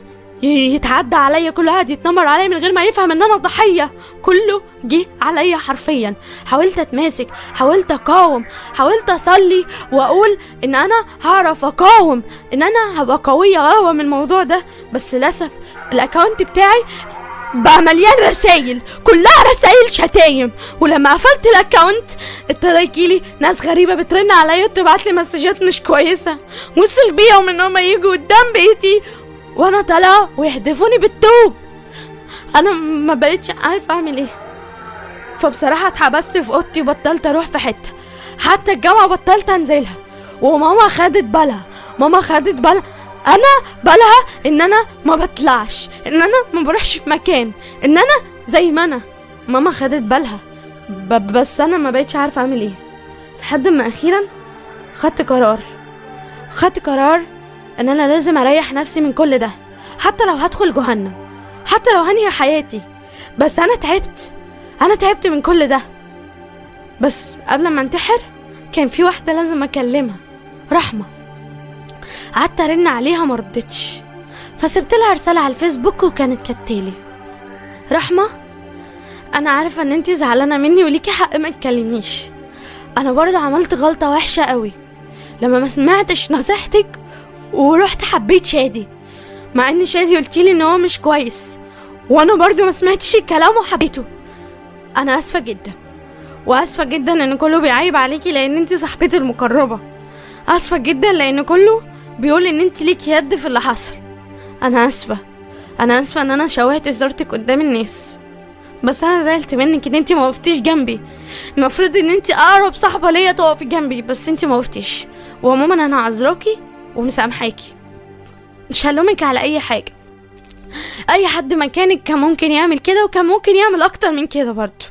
يتعدى عليا، كله قاعد يتنمر عليا من غير ما يفهم ان انا ضحيه، كله جه عليا حرفيا. حاولت اتماسك، حاولت اقاوم، حاولت اصلي واقول ان انا هعرف اقاوم، ان انا هبقى قويه قوي من الموضوع ده، بس للاسف الاكونت بتاعي بقى مليان رسايل، كلها رسايل شتايم. ولما قفلت الاكونت ابتدى يجيلي ناس غريبه بترن عليا وتبعت لي مسجات مش كويسه، وصل بيهم ان هم يجوا قدام بيتي وانا طالعه ويحدفوني بالطوب. انا ما بقتش عارفه اعمل ايه، فبصراحه اتحبست في اوضتي وبطلت اروح في حته، حتى الجامعه بطلت انزلها، وماما خدت بالها، ماما خدت بالها انا بالها ان انا ما بطلعش، ان انا ما بروحش في مكان، ان انا زي ما انا. ماما خدت بالها، ب- بس انا ما بقتش عارفه اعمل ايه، لحد ما اخيرا خدت قرار خدت قرار ان انا لازم اريح نفسي من كل ده، حتى لو هدخل جهنم، حتى لو هنهي حياتي، بس انا تعبت انا تعبت من كل ده. بس قبل ما انتحر كان في واحده لازم اكلمها، رحمه. قعدت ارن عليها مردتش، فسبت لها رساله على الفيسبوك وكانت كالتالي: رحمه، انا عارفه ان انتي زعلانه مني وليكي حق ما تكلمنيش، انا برضه عملت غلطه وحشه قوي لما ما سمعتش نصيحتك ورحت حبيت شادي، مع ان شادي قلتيلي ان هو مش كويس، وانا برضه ما سمعتش الكلام وحبيته. انا اسفه جدا، واسفه جدا ان كله بيعيب عليكي لان انتي صاحبتي المقربه، اسفه جدا لان كله بيقول ان انت ليكي يد في اللي حصل. انا اسفه انا اسفه ان انا شوهت صورتك قدام الناس، بس انا زعلت منك ان انت ما وقفتيش جنبي. المفروض ان انت اقرب صاحبه ليا تقفي جنبي، بس انت ما وقفتيش. وعموما انا عذراكي ومسامحاكي، مش هلومك على اي حاجه. اي حد مكانك كان ممكن يعمل كده، وكان ممكن يعمل اكتر من كده برضه.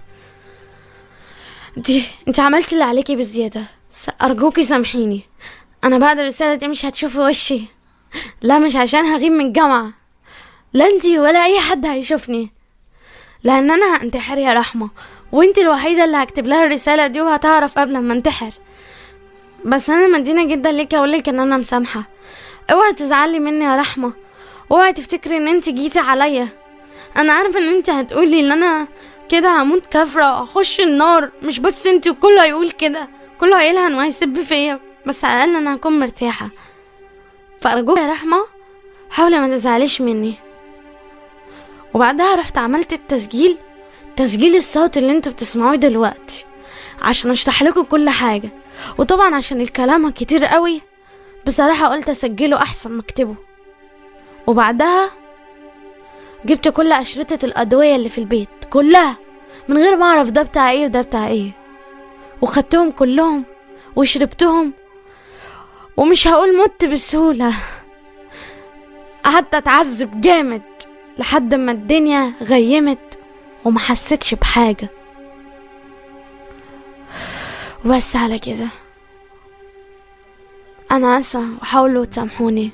دي انت عملتي اللي عليكي بزياده، ارجوكي سامحيني. انا بعد الرساله دي مش هتشوفي وشي، لا مش عشان هغيب من الجامعه، لا انتي ولا اي حد هيشوفني، لان انا هانتحر يا رحمه، وانت الوحيده اللي هكتب لها الرساله دي وهتعرف قبل ما انتحر. بس انا مدينه جدا ليكي اقولك ان انا مسامحه. اوعي تزعلي مني يا رحمه، اوعي تفتكري ان انت جيتي عليا. انا عارفه ان انت هتقولي ان انا كده هموت كافره واخش النار، مش بس انت، وكله هيقول كده، كله هيلهن وهيسب فيا، بس على الاقل انا هكون مرتاحه. فارجوك يا رحمه حاولي ما تزعليش مني. وبعدها رحت عملت التسجيل، تسجيل الصوت اللي انتوا بتسمعوه دلوقتي، عشان اشرح لكم كل حاجه. وطبعا عشان الكلام كتير قوي بصراحه قلت اسجله احسن ما اكتبه. وبعدها جبت كل اشرطه الادويه اللي في البيت كلها من غير ما اعرف ده بتاع ايه وده بتاع ايه، وخدتهم كلهم وشربتهم. ومش هقول مت بسهوله، قعدت اتعذب جامد لحد ما الدنيا غيمت وما حسيتش بحاجه. وبس على كده. انا اسفه وحاولوا تسامحوني.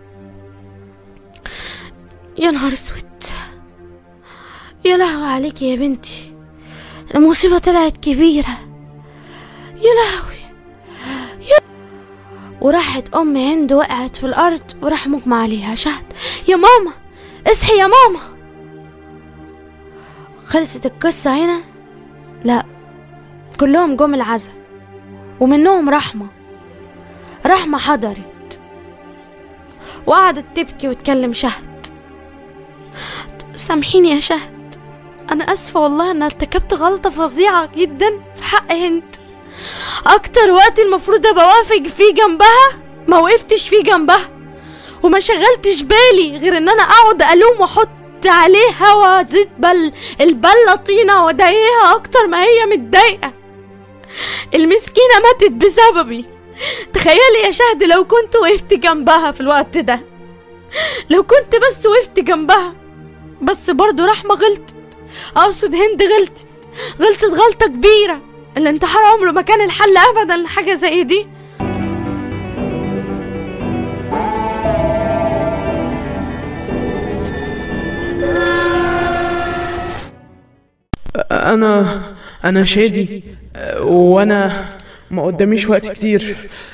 يا نهار اسود، يا لهوي عليكي يا بنتي، المصيبه طلعت كبيره، يا لهوي يا. وراحت ام هند وقعت في الارض وراح مغمى عليها. شهد يا ماما اصحي يا ماما. خلصت القصه هنا؟ لا، كلهم جم العزا، ومنهم رحمه. رحمه حضرت وقعدت تبكي وتكلم شهد. سامحيني يا شهد، انا اسفه والله ان ارتكبت غلطه فظيعه جدا في حق هند. اكتر وقت المفروض ابقى واقفه فيه جنبها ما وقفتش فيه جنبها، وما شغلتش بالي غير ان انا اقعد الوم واحط عليها وزيت بل البله طينه واضايقها اكتر ما هي متضايقه. المسكينه ماتت بسببي. تخيلي يا شهد لو كنت وقفت جنبها في الوقت ده، لو كنت بس وقفت جنبها. بس برضو رحمه غلطت، اقصد هند غلطت غلطت غلطه كبيره. الانتحار عمره ما كان الحل ابدا لحاجه زي دي. انا انا شادي، وانا ما قداميش وقت كتير.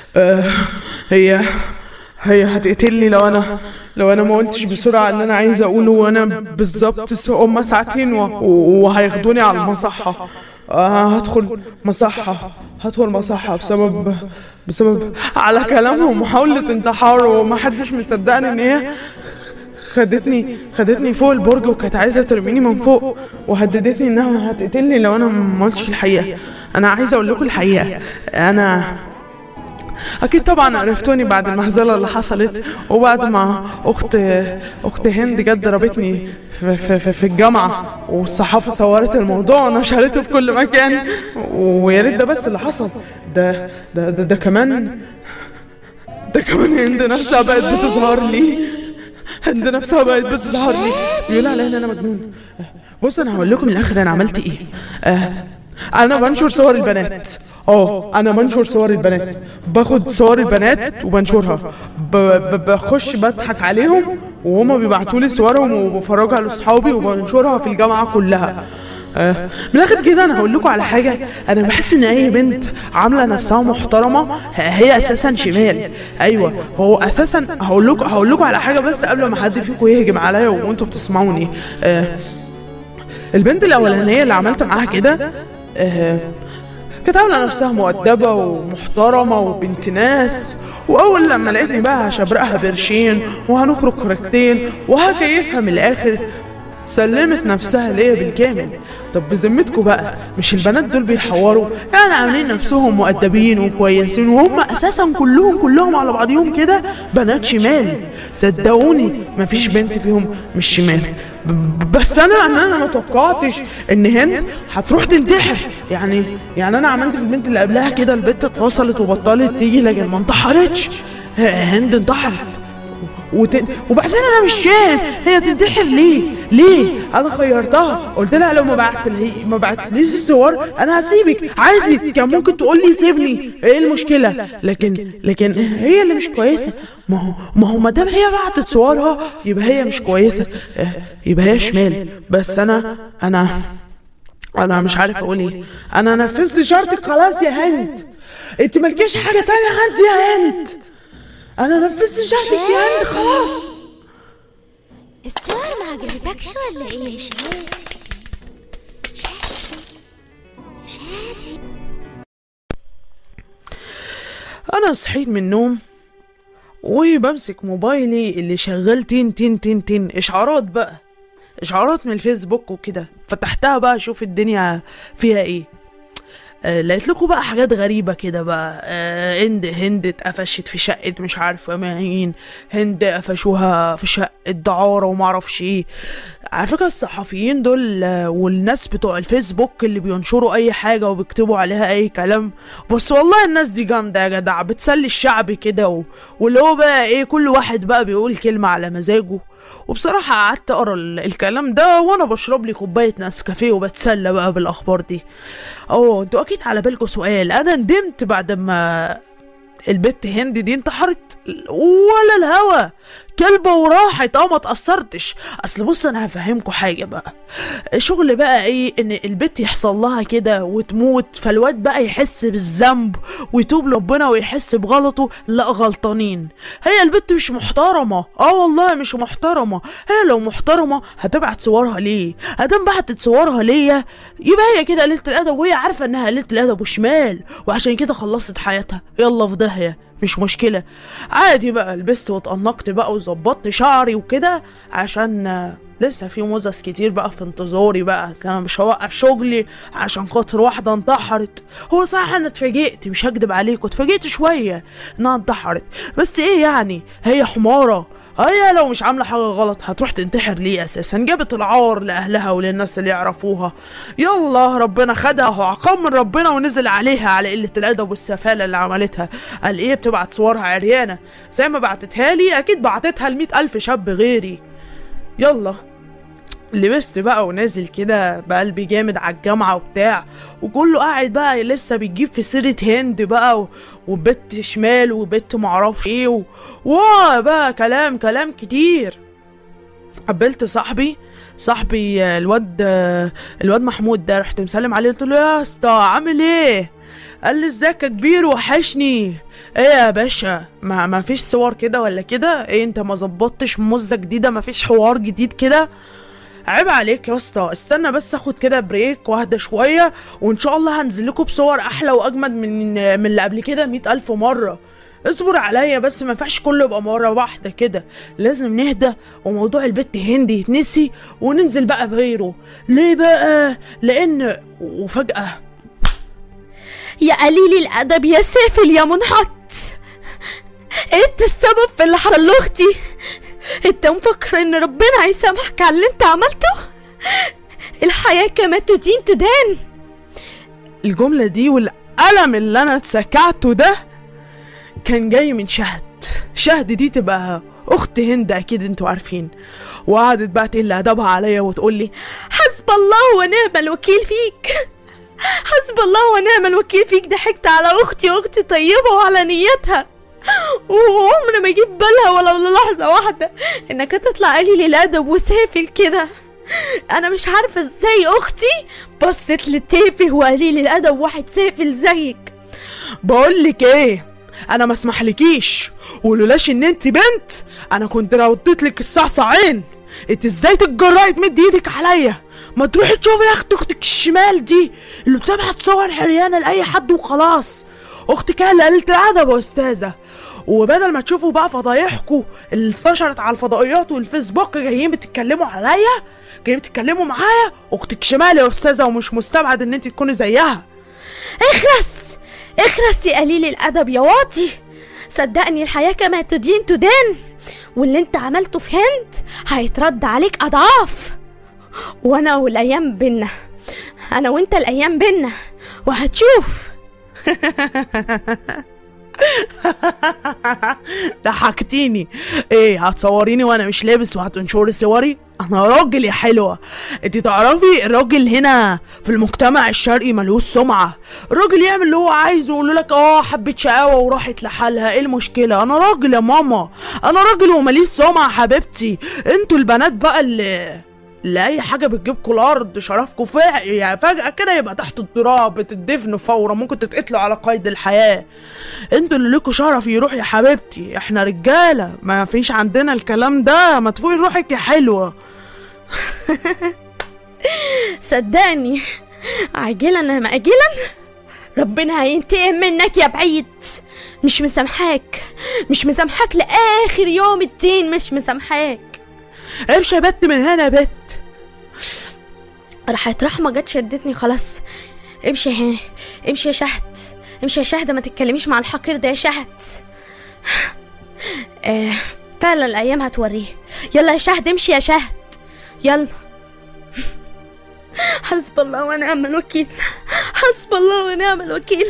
هي هي هتقتلني لو انا لو انا ما قلتش بسرعه اللي انا عايز اقوله. وانا بالظبط هما ساعتين وهياخدوني على المصحه. آه هدخل مصحه هدخل مصحه بسبب بسبب على كلامهم محاوله انتحار، ومحدش مصدقني ان هي خدتني خدتني فوق البرج وكانت عايزه ترميني من فوق، وهددتني انها هتقتلني لو انا ما قلتش الحقيقه. انا عايزه اقول لكم الحقيقه. انا اكيد طبعا عرفتوني بعد المهزله اللي حصلت، وبعد ما اخت اخت هند جت ضربتني في, في, في الجامعه، والصحافه صورت الموضوع ونشرته في كل مكان. ويا ريت ده بس اللي حصل، ده ده ده, ده كمان ده كمان هند نفسها بقت بتظهر لي. هند نفسها بقت بتظهر لي يقول عليا ان انا مجنون. بص انا هقول لكم من الاخر انا عملت ايه. آه انا بنشر صور البنات. اه انا بنشر صور البنات، باخد صور البنات وبنشرها، بخش بضحك عليهم وهما بيبعتوا لي صورهم وبفرجها لاصحابي وبنشرها في الجامعه كلها. آه من الاخر كده انا هقول لكم على حاجه. انا بحس ان اي بنت عامله نفسها محترمه هي اساسا شمال. ايوه هو اساسا هقول لكم هقول لكم على حاجه بس قبل ما حد فيكم يهجم عليا وانتوا بتسمعوني. آه البنت الاولانيه اللي عملت معاها كده آه كانت عامله نفسها مؤدبه ومحترمه وبنت ناس، واول لما لقيتني بقى هشبرقها برشين وهنخرج خرجتين وهكيفها من الاخر سلمت نفسها ليا بالكامل. طب بذمتكم بقى مش البنات دول بيحوروا؟ يعني عاملين نفسهم مؤدبين وكويسين وهم اساسا كلهم كلهم على بعضهم كده بنات شمال. صدقوني مفيش بنت فيهم مش شمال. بس انا انا ما توقعتش ان هند هتروح تنتحر. يعني يعني انا عملت في البنت اللي قبلها كده، البنت اتوصلت وبطلت تيجي لكن ما انتحرتش. هند انتحرت وت... وبعدين انا مش فاهم هي تنتحر ليه؟ ليه؟ انا خيرتها قلت لها لو ما بعتلي ما بعتليش الصور انا هسيبك عادي، كان ممكن تقول لي سيبني، ايه المشكله؟ لكن لكن هي اللي مش كويسه. ما هو ما هو ما دام هي بعتت صورها يبقى هي مش كويسه، يبقى هي شمال. بس انا انا انا مش عارف اقول ايه. انا نفذت شرطك خلاص يا هند، انت مالكيش حاجه تانية عندي يا هند. انا نفذت شرطك يا هند خلاص. الصور ما عجبتكش ولا ايه يا شادي؟ شادي انا صحيت من النوم وبمسك موبايلي اللي شغال تين تين تين تين اشعارات بقى، اشعارات من الفيسبوك وكده. فتحتها بقى اشوف الدنيا فيها ايه. آه لقيت لكم بقى حاجات غريبة كده بقى. آه هند هند اتقفشت في شقة مش عارفة مين، هند قفشوها في شقة دعارة ومعرفش ايه. على فكرة الصحفيين دول آه والناس بتوع الفيسبوك اللي بينشروا اي حاجة وبيكتبوا عليها اي كلام، بس والله الناس دي جامدة يا جدع، بتسلي الشعب كده و... واللي هو بقى ايه كل واحد بقى بيقول كلمة على مزاجه. وبصراحة قعدت اقرا الكلام ده وانا بشرب لي كوباية نسكافيه وبتسلى بقى بالاخبار دي. اوه انتوا اكيد على بالكم سؤال، انا ندمت بعد ما البت هند دي انتحرت ولا الهوا كلبة وراحت؟ اه ما تأثرتش. اصل بص انا هفهمكم حاجة بقى، شغل بقى ايه ان البت يحصل لها كده وتموت فالواد بقى يحس بالذنب ويتوب لربنا ويحس بغلطه. لا غلطانين، هي البت مش محترمة. اه والله مش محترمة. هي لو محترمة هتبعت صورها ليه؟ هتم بعتت صورها ليه؟ يبقى هي كده قليلة الادب وهي عارفة انها قليلة الادب وشمال، وعشان كده خلصت حياتها. يلا في داهية مش مشكلة عادي بقى. لبست واتقنقت بقى وظبطت شعري وكده عشان لسه في مزز كتير بقى في انتظاري بقى. انا مش هوقف شغلي عشان خاطر واحدة انتحرت. هو صح انا اتفاجئت، مش هكدب عليكم، اتفاجئت شوية انها انتحرت، بس ايه يعني هي حمارة. هي لو مش عاملة حاجة غلط هتروح تنتحر ليه اساسا؟ جابت العار لاهلها وللناس اللي يعرفوها. يلا ربنا خدها وعقاب من ربنا ونزل عليها على قلة الادب والسفالة اللي عملتها. قال ايه بتبعت صورها عريانة زي ما بعتتها لي اكيد بعتتها لمئة الف شاب غيري. يلا لبست بقى ونازل كده بقلبي جامد على الجامعة وبتاع، وكله قاعد بقى لسه بيجيب في سيرة هند بقى و... وبت شمال وبت معرفش ايه و... واه بقى كلام كلام كتير. قابلت صاحبي صاحبي الواد الواد محمود ده، رحت مسلم عليه قلت له يا اسطى عامل ايه؟ قال لي ازيك يا كبير وحشني. ايه يا باشا ما ما فيش صور كده ولا كده؟ ايه انت ما ظبطتش موزة جديدة؟ ما فيش حوار جديد كده؟ عيب عليك يا اسطى، استنى بس اخد كده بريك واهدى شويه وان شاء الله هنزل لكم بصور احلى واجمد من من اللي قبل كده مئة الف مره. اصبر عليا بس، ما ينفعش كله يبقى مره واحده كده، لازم نهدى وموضوع البت هندي يتنسي وننزل بقى بغيره. ليه بقى؟ لان وفجاه يا قليل الادب يا سافل يا منحط، انت السبب في اللي حصل لاختي. انت مفكر ان ربنا هيسامحك على اللي انت عملته؟ الحياة كما تدين تدان. الجملة دي والقلم اللي انا اتسكعته ده كان جاي من شهد. شهد دي تبقى اخت هند اكيد انتوا عارفين. وقعدت بقى تقل ادبها عليا وتقول لي حسب الله ونعم الوكيل فيك، حسب الله ونعم الوكيل فيك. ضحكت على اختي، اختي طيبة وعلى نيتها، وعمر ما يجيب بالها ولا لحظة واحدة انك تطلع قليل الادب وسافل كده. انا مش عارفة ازاي اختي بصت للتافه وقليل الادب واحد سافل زيك. بقولك ايه، انا ما اسمحلكيش، ولولاش ان انت بنت انا كنت رديتلك الصعصعين. انت ازاي تتجرأي تمد ايدك عليا؟ ما تروحي تشوفي يا اخت اختك الشمال دي اللي بتبعت صور عريانة لاي حد وخلاص. اختك هي اللي قلت الادب يا استاذة. وبدل ما تشوفوا بقى فضايحكوا اللي انتشرت على الفضائيات والفيسبوك جايين بتتكلموا عليا، جايين بتتكلموا معايا، اختك شمال يا استاذة ومش مستبعد ان انت تكوني زيها. اخرس اخرس يا قليل الادب يا واطي. صدقني الحياة كما تدين تدان، واللي انت عملته في هند هيترد عليك اضعاف. وانا والايام بينا، انا وانت الايام بينا وهتشوف. ضحكتيني. ايه هتصوريني وانا مش لابس وهتنشري صوري؟ انا راجل يا حلوه. انتي تعرفي الراجل هنا في المجتمع الشرقي ملوش سمعه. الراجل يعمل اللي هو عايزه ويقول لك اه حبه شقاوه وراحت لحالها، ايه المشكله؟ انا راجل يا ماما، انا راجل ومليش سمعه حبيبتي. انتوا البنات بقى اللي لا اي حاجه بتجيبكوا الارض، شرفكوا فع يعني فجاه كده يبقى تحت التراب، بتدفنوا فورا، ممكن تتقتلوا على قيد الحياه. انتوا اللي ليكوا شرف يروح يا حبيبتي، احنا رجاله ما فيش عندنا الكلام ده. ما تفوقي روحك يا حلوه. صدقني عاجلا ما اجلا ربنا هينتقم منك يا بعيد. مش مسامحاك، مش مسامحاك لاخر يوم الدين، مش مسامحاك. امشي يا بت من هنا يا بت. راحت رحمه جت شدتني خلاص. امشي هنا، امشي يا شهد، امشي يا شهد، ما تتكلميش مع الحقير ده يا شهد. آه فعلا الايام هتوريه. يلا يا شهد امشي يا شهد، يلا. حسب الله ونعم الوكيل، حسب الله ونعم الوكيل.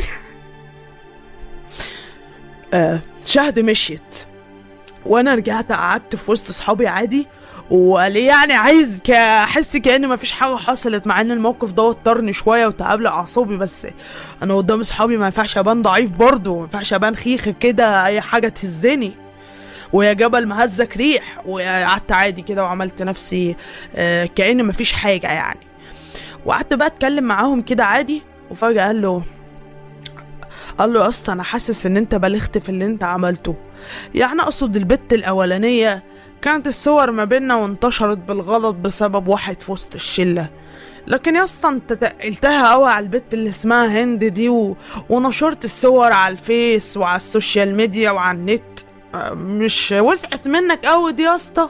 آه شهد مشيت وانا رجعت قعدت في وسط صحابي عادي، وقال يعني عايز احس كأن مفيش حاجه حصلت، مع ان الموقف ده وترني شويه وتعب لي اعصابي. بس انا قدام صحابي ما ينفعش ابان ضعيف برضه، ما ينفعش ابان خيخ كده اي حاجه تهزني، ويا جبل مهزك ريح. وقعدت عادي كده وعملت نفسي آه كأن مفيش حاجه يعني. وقعدت بقى اتكلم معاهم كده عادي، وفجاه قال له قال له يا اسطى انا حاسس ان انت بالغت في اللي انت عملته. يعني اقصد البت الاولانيه كانت الصور ما بيننا وانتشرت بالغلط بسبب واحد في وسط الشله، لكن يا اسطى انت تقلتها قوي على البت اللي اسمها هند دي و... ونشرت الصور على الفيس وعلى السوشيال ميديا وعلى النت. مش وسعت منك قوي دي يا اسطى؟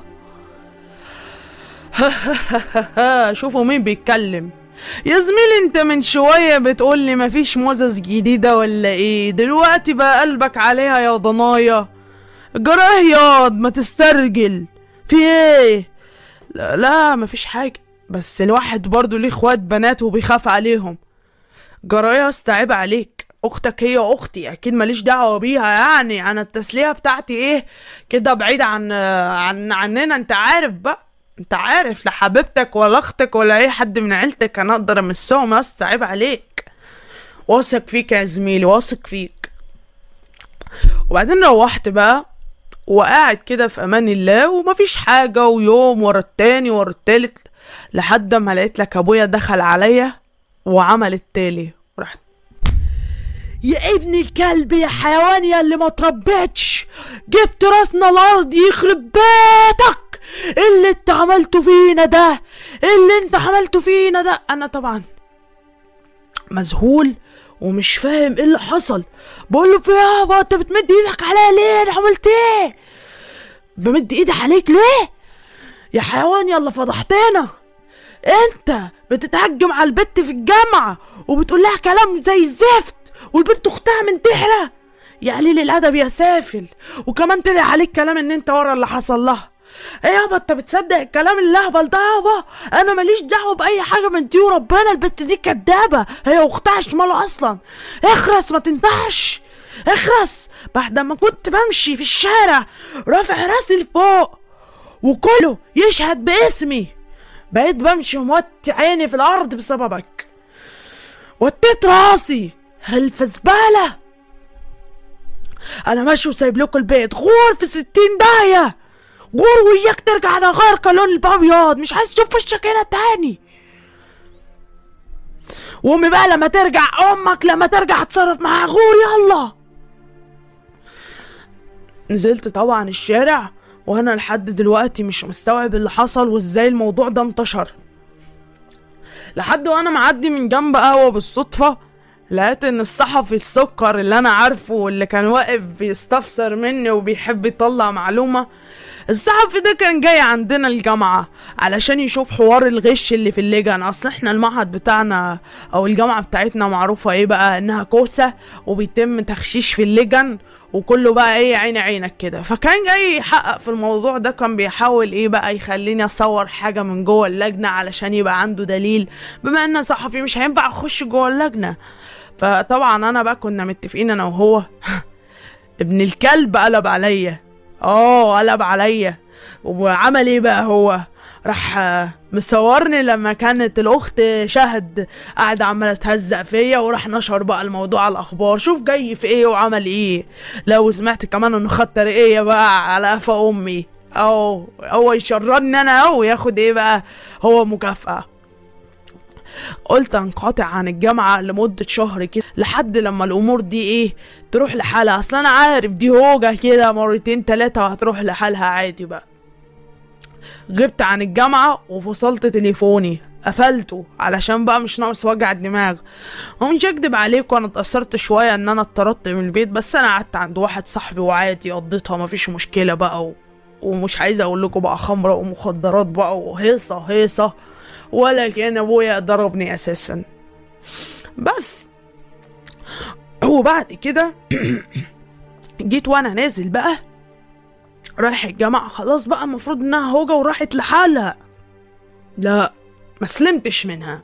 شوفوا مين بيتكلم. يا زميلي انت من شوية بتقولي مفيش موزز جديدة ولا ايه؟ دلوقتي بقى قلبك عليها يا ضنايا. جراه ياض ما تسترجل في ايه؟ لا, لا مفيش حاجة، بس الواحد برضو ليه اخوات بنات وبيخاف عليهم. جرايه استعيب عليك، اختك هي اختي اكيد ماليش دعوة بيها. يعني انا التسلية بتاعتي ايه كده بعيد عن عن عننا. انت عارف بقى، انت عارف لا حبيبتك ولا اختك ولا اي حد من عيلتك انا اقدر امسهم. بس عيب عليك، واثق فيك يا زميلي، واثق فيك. وبعدين روحت بقى وقاعد كده في امان الله ومفيش حاجه، ويوم ورا التاني ورا التالت لحد ما لقيت لك ابويا دخل عليا وعمل التالي. ورحت يا ابن الكلب يا حيوان يا اللي ما تربيتش، جبت راسنا الارض يخرب بيتك. اللي انت عملته فينا ده، اللي انت عملته فينا ده. انا طبعا مذهول ومش فاهم ايه اللي حصل. بقول له في يابا انت بتمد ايدك عليا ليه؟ انا عملت ايه؟ بمد ايدي عليك ليه يا حيوان؟ يلا فضحتنا. انت بتتهجم على البت في الجامعه وبتقول لها كلام زي الزفت، والبنت اختها منتحره. يا قليل الادب يا سافل. وكمان طلع عليك كلام ان انت ورا اللي حصل لها. ايه يابا انت بتصدق الكلام اللهبل ده يابا؟ انا ماليش دعوه باي حاجه من دي، وربنا البت دي كدابه، هي واختها شماله اصلا. اخرس ما تنتهش، اخرس. بعد ما كنت بمشي في الشارع رافع راسي لفوق وكله يشهد باسمي، بقيت بمشي وموتي عيني في الارض بسببك. وطيت راسي هلف زباله. انا ماشي وسايب لكم البيت غور في ستين داهيه. غور وياك ترجع على غير كلون الابيض، مش عايز اشوف وشك هنا تاني. وامي بقى لما ترجع، امك لما ترجع اتصرف معاها. غور يلا. نزلت طبعا الشارع وانا لحد دلوقتي مش مستوعب اللي حصل وازاي الموضوع ده انتشر. لحد وانا معدي من جنب قهوه بالصدفه لقيت ان الصحفي السكر اللي انا عارفه واللي كان واقف بيستفسر مني وبيحب يطلع معلومه، الصحفي ده كان جاي عندنا الجامعة علشان يشوف حوار الغش اللي في اللجن. اصل احنا المعهد بتاعنا او الجامعة بتاعتنا معروفة ايه بقى، انها كوسة وبيتم تخشيش في اللجن وكله بقى ايه عين عينك كده. فكان جاي يحقق في الموضوع ده، كان بيحاول ايه بقى يخليني اصور حاجة من جوه اللجنة علشان يبقى عنده دليل، بما ان صحفي مش هينفع اخش جوه اللجنة. فطبعا انا بقى كنا متفقين انا وهو ابن الكلب قلب عليا، اه قلب عليا. وعمل ايه بقى؟ هو راح مصورني لما كانت الاخت شهد قاعده عماله تهزق فيا، وراح نشر بقى الموضوع على الاخبار. شوف جاي في ايه وعمل ايه. لو سمعت كمان انه خد ترقيه بقى على قفا امي، او هو يشردني انا او ياخد ايه بقى هو مكافأة. قلت انقطع عن الجامعة لمدة شهر كده لحد لما الامور دي ايه تروح لحالها. اصلا انا عارف دي هوجة كده مرتين تلاتة وهتروح لحالها عادي بقى. غبت عن الجامعة وفصلت تليفوني، قفلته علشان بقى مش ناقص وجع الدماغ. ومش هكدب عليكم انا اتأثرت شوية ان انا اتطردت من البيت، بس انا قعدت عند واحد صاحبي وعادي قضيتها مفيش مشكلة بقى. و... ومش عايزة اقول لكم بقى خمرة ومخدرات بقى وهيصة هيصة، ولا كان ابويا ضربني اساسا. بس وبعد كده جيت وانا نازل بقى رايح الجامعة، خلاص بقى المفروض انها هوجة وراحت لحالها. لا ما سلمتش منها.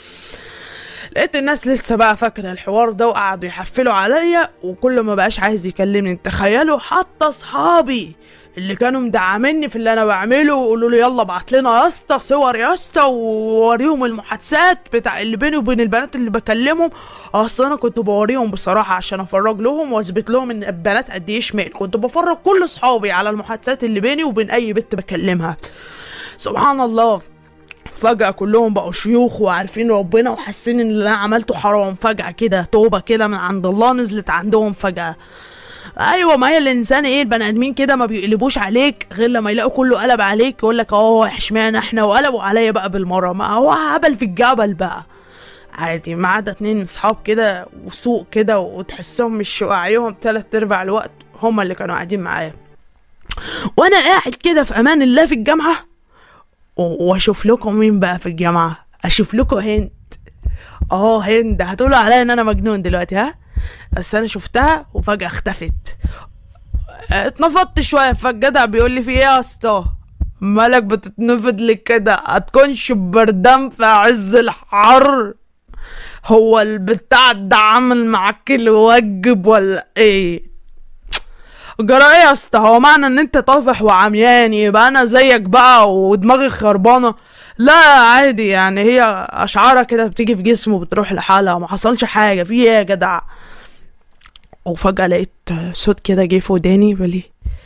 لقيت الناس لسه بقى فاكرة الحوار ده وقعدوا يحفلوا عليا، وكل ما بقاش عايز يكلمني. تخيلوا حتى اصحابي اللي كانوا مدعميني في اللي انا بعمله وقولوا لي يلا ابعت لنا يا اسطى صور يا اسطى ووريهم المحادثات بتاع اللي بيني وبين البنات اللي بكلمهم. اصلا انا كنت بوريهم بصراحه عشان افرج لهم واثبت لهم ان البنات قد ايه شمال. كنت بفرج كل اصحابي على المحادثات اللي بيني وبين اي بنت بكلمها. سبحان الله، فجأة كلهم بقوا شيوخ وعارفين ربنا وحاسين ان اللي انا عملته حرام. فجأة كده توبة كده من عند الله نزلت عندهم فجأة. ايوه ما هي الانسان ايه، البني ادمين كده ما بيقلبوش عليك غير لما يلاقوا كله قلب عليك. يقول لك اه اشمعنى احنا، وقلبوا عليا بقى بالمره. ما هو هبل في الجبل بقى عادي. ما عدا اتنين اصحاب كده وسوق كده وتحسهم مش واعيهم تلات ارباع الوقت هما اللي كانوا قاعدين معايا. وانا قاعد كده في امان الله في الجامعه، واشوف لكم مين بقى في الجامعه. اشوف لكم هند. اه هند هتقولوا عليا ان انا مجنون دلوقتي ها، بس انا شفتها وفجأة اختفت. اتنفضت شوية. فالجدع بيقول لي في ايه يا اسطى مالك بتتنفض لك كده؟ هتكونش بردان في عز الحر؟ هو البتاع ده عامل معاك الواجب ولا ايه؟ جرى ايه يا اسطى؟ هو معنى ان انت طافح وعميان يبقى انا زيك بقى ودماغي خربانه؟ لا عادي يعني، هي اشعاره كده بتيجي في جسمه وبتروح لحالها وما حصلش حاجه. في ايه يا جدع؟ وفجأة لقيت صوت كده جه في وداني بيقولي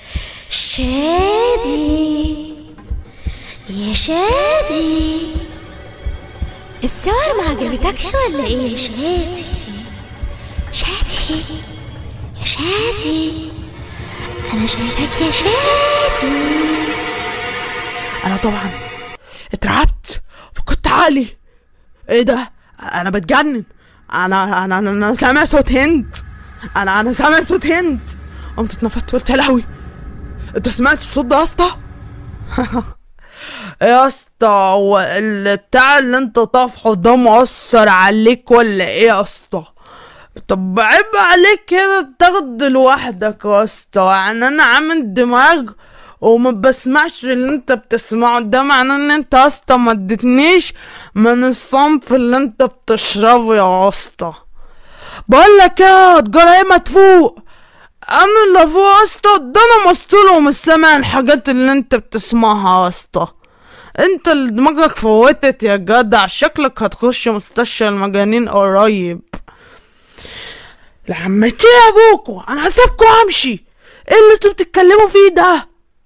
شادي يا شادي، الصور ما عجبتكش ولا ايه يا شادي؟ شادي يا شادي انا شايفاك يا شادي. انا طبعا اترعبت فكنت عالي. ايه ده؟ انا بتجنن. انا انا انا, أنا سامع صوت هند. انا انا سامع صوت هند. قمت اتنفضت قلت يا لهوي انت سمعت الصوت ده يا اسطى؟ يا اسطى هو البتاع اللي انت طافحه ده مؤثر عليك ولا ايه يا اسطى؟ طب عيب عليك كده تاخد لوحدك يا اسطى. يعني انا عامل دماغ وما بسمعش اللي انت بتسمعه ده، معناه ان انت يا اسطى ما اديتنيش من الصنف اللي انت بتشربه يا اسطى. بقولك يا تجرى ايه ما تفوق؟ انا اللي فوق يا اسطى، ده انا مسطول ومش سامع الحاجات اللي انت بتسمعها يا اسطى. انت اللي دماغك فوتت يا جدع، شكلك هتخش مستشفى المجانين قريب. لعمتي يا ابوكو انا هسيبكوا امشي، ايه اللي انتوا بتتكلموا فيه ده؟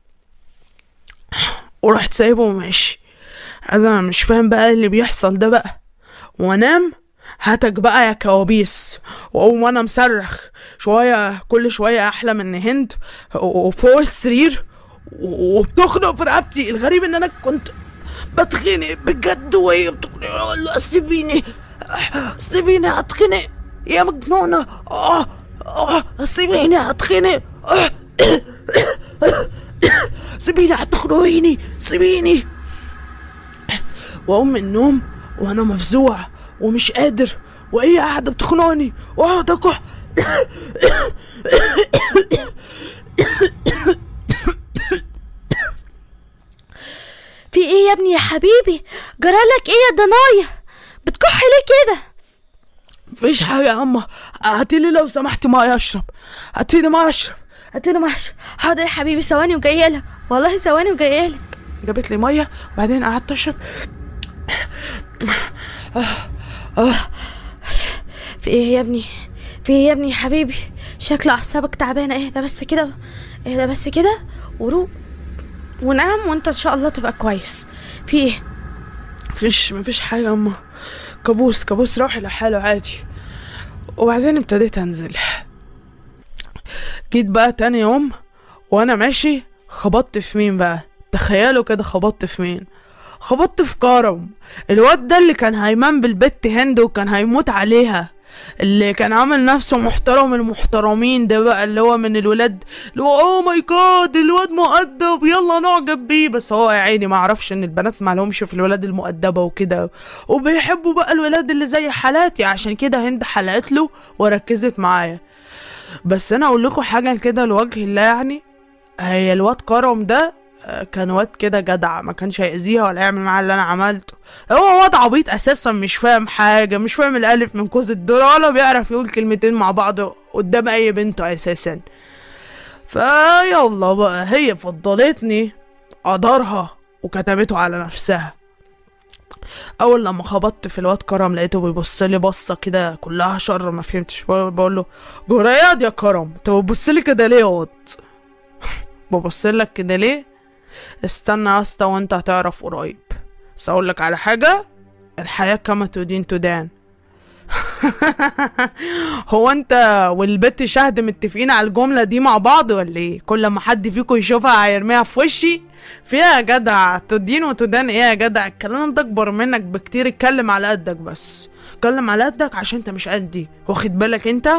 ورحت سايبه وماشي. انا مش فاهم بقى اللي بيحصل ده بقى. وانام هاتك بقى يا كوابيس، واقوم وانا مصرخ شويه كل شويه احلم ان هند وفوق السرير وبتخنق في رقبتي. الغريب ان انا كنت بتخنق بجد وهي بتخنق. لا سيبيني سيبيني هتخنق يا مجنونه. اه اه سيبيني هتخنق. آه. سيبيني هتخنقيني سيبيني. واقوم من النوم وانا مفزوع ومش قادر، وهي قاعده بتخنقني واقعد اكح في ايه يا ابني يا حبيبي؟ جرالك ايه يا ضنايا؟ بتكح ليه كده؟ مفيش حاجه يا اما، هاتيلي لو سمحتي ميه اشرب، هاتيلي ميه اشرب. هاتيله ماشي. حاضر يا حبيبي، ثواني وجايلك، والله ثواني وجايلك. جابت لي ميه وبعدين قعدت اشرب. آه. آه. في ايه يا ابني؟ في ايه يا ابني يا حبيبي؟ شكل اعصابك تعبانه. اهدى بس كده، اهدى بس كده وروق ونام، وانت ان شاء الله تبقى كويس. في ايه؟ مفيش مفيش حاجه يا اما، كابوس كابوس روحي لحاله عادي. وبعدين ابتديت انزل. جيت بقى تاني يوم وانا ماشي خبطت في مين بقى؟ تخيلوا كده خبطت في مين؟ خبطت في كرم، الواد ده اللي كان هيمان بالبت هند وكان هيموت عليها، اللي كان عامل نفسه محترم المحترمين ده بقى، اللي هو من الولاد اللي هو اوه ماي جاد الواد مؤدب يلا نعجب بيه. بس هو يا عيني ما عرفش ان البنات ما لهمش في الولاد المؤدبه وكده، وبيحبوا بقى الولاد اللي زي حالاتي، عشان كده هند حلقت له وركزت معايا. بس انا اقول لكم حاجه كده لوجه الله، يعني هي الواد كرم ده كان واد كده جدع، ما كانش هيأذيها ولا يعمل معاها اللي انا عملته. هو واد عبيط اساسا، مش فاهم حاجه، مش فاهم الالف من كوز الدولار، ولا بيعرف يقول كلمتين مع بعض قدام اي بنت اساسا. فيلا بقى هي فضلتني قدرها وكتبته على نفسها. اول لما خبطت في الواد كرم لقيته بيبص لي بصه كده كلها شر، ما فهمتش. بقول له جرياد يا كرم، انت بتبص لي كده ليه يا واد؟ ببص لك كده ليه؟ استنى يا اسطى وانت هتعرف قريب. بس اقول لك على حاجه، الحياه كما تدين تدان. هو انت والبت شهد متفقين على الجمله دي مع بعض ولا ايه؟ كل ما حد فيكم يشوفها هيرميها في وشي فيها يا جدع. تدين وتدان ايه يا جدع؟ الكلام ده اكبر منك بكتير، اتكلم على قدك بس، اتكلم على قدك عشان انت مش قدي، واخد بالك انت؟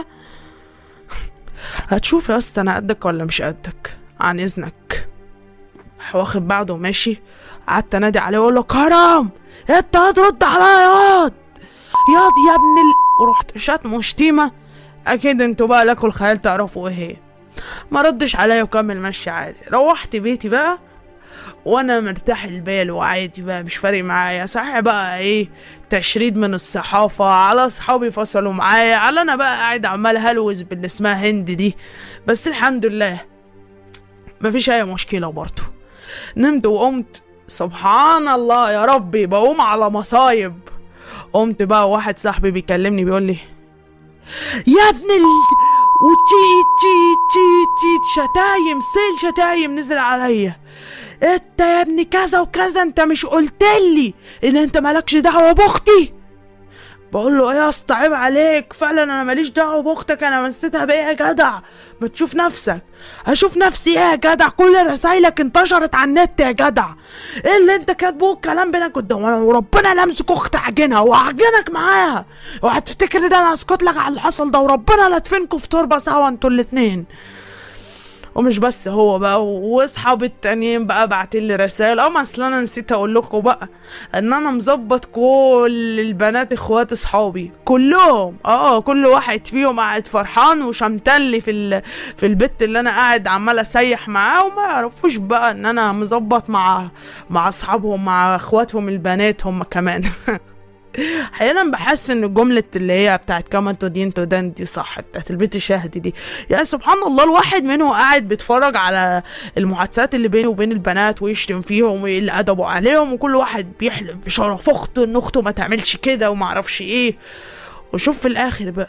هتشوف يا اسطى انا قدك ولا مش قدك، عن اذنك. واخد بعضه وماشي. قعدت انادي عليه واقول له كرم انت هترد عليا ياض ياض يا ابن ال... ورحت شتم وشتيمه. اكيد انتوا بقى لكم الخيال تعرفوا ايه هي. ما ردش عليا وكمل ماشي عادي. روحت بيتي بقى وانا مرتاح البال وعادي بقى، مش فارق معايا. صحيح بقى ايه تشريد من الصحافه على اصحابي فصلوا معايا، على انا بقى قاعد عمال هلوز باللي اسمها هند دي، بس الحمد لله مفيش اي مشكله برضه. نمت وقمت سبحان الله يا ربي، بقوم على مصايب. قمت بقى واحد صاحبي بيكلمني بيقول لي يا ابن ال وتي تي تي تي شتايم سيل شتايم نزل عليا. انت يا ابني كذا وكذا، انت مش قلتلي ان انت مالكش دعوه باختي؟ بقول له ايه يا اسطى عيب عليك، فعلا انا ماليش دعوه باختك، انا مسيتها بايه يا جدع؟ ما تشوف نفسك. هشوف نفسي ايه يا جدع؟ كل رسايلك انتشرت على النت يا جدع، ايه اللي انت كاتبه الكلام بينك قدام وربنا لا امسك اختي اعجنها وهعجنك معاها، وهتفتكر ان انا هسكت لك على اللي حصل ده، وربنا لا تفنكوا في تربه سوا انتوا الاتنين. ومش بس هو بقى، واصحابي التانيين بقى بعتلي رسائل. اه اصل انا نسيت اقول لكم بقى ان انا مظبط كل البنات اخوات اصحابي كلهم، اه كل واحد فيهم قاعد فرحان وشمتلي في ال... في البيت اللي انا قاعد عمال اسيح معاه، وما يعرفوش بقى ان انا مظبط مع مع اصحابهم مع اخواتهم البنات هم كمان. احيانا بحس ان الجمله اللي هي بتاعت كما تدين تدان دي صح، بتاعت البيت الشهد دي. يعني سبحان الله الواحد منهم قاعد بيتفرج على المحادثات اللي بينه وبين البنات ويشتم فيهم ويقل ادبه عليهم، وكل واحد بيحلف بشرف اخته ان اخته ما تعملش كده وما اعرفش ايه. وشوف في الاخر بقى.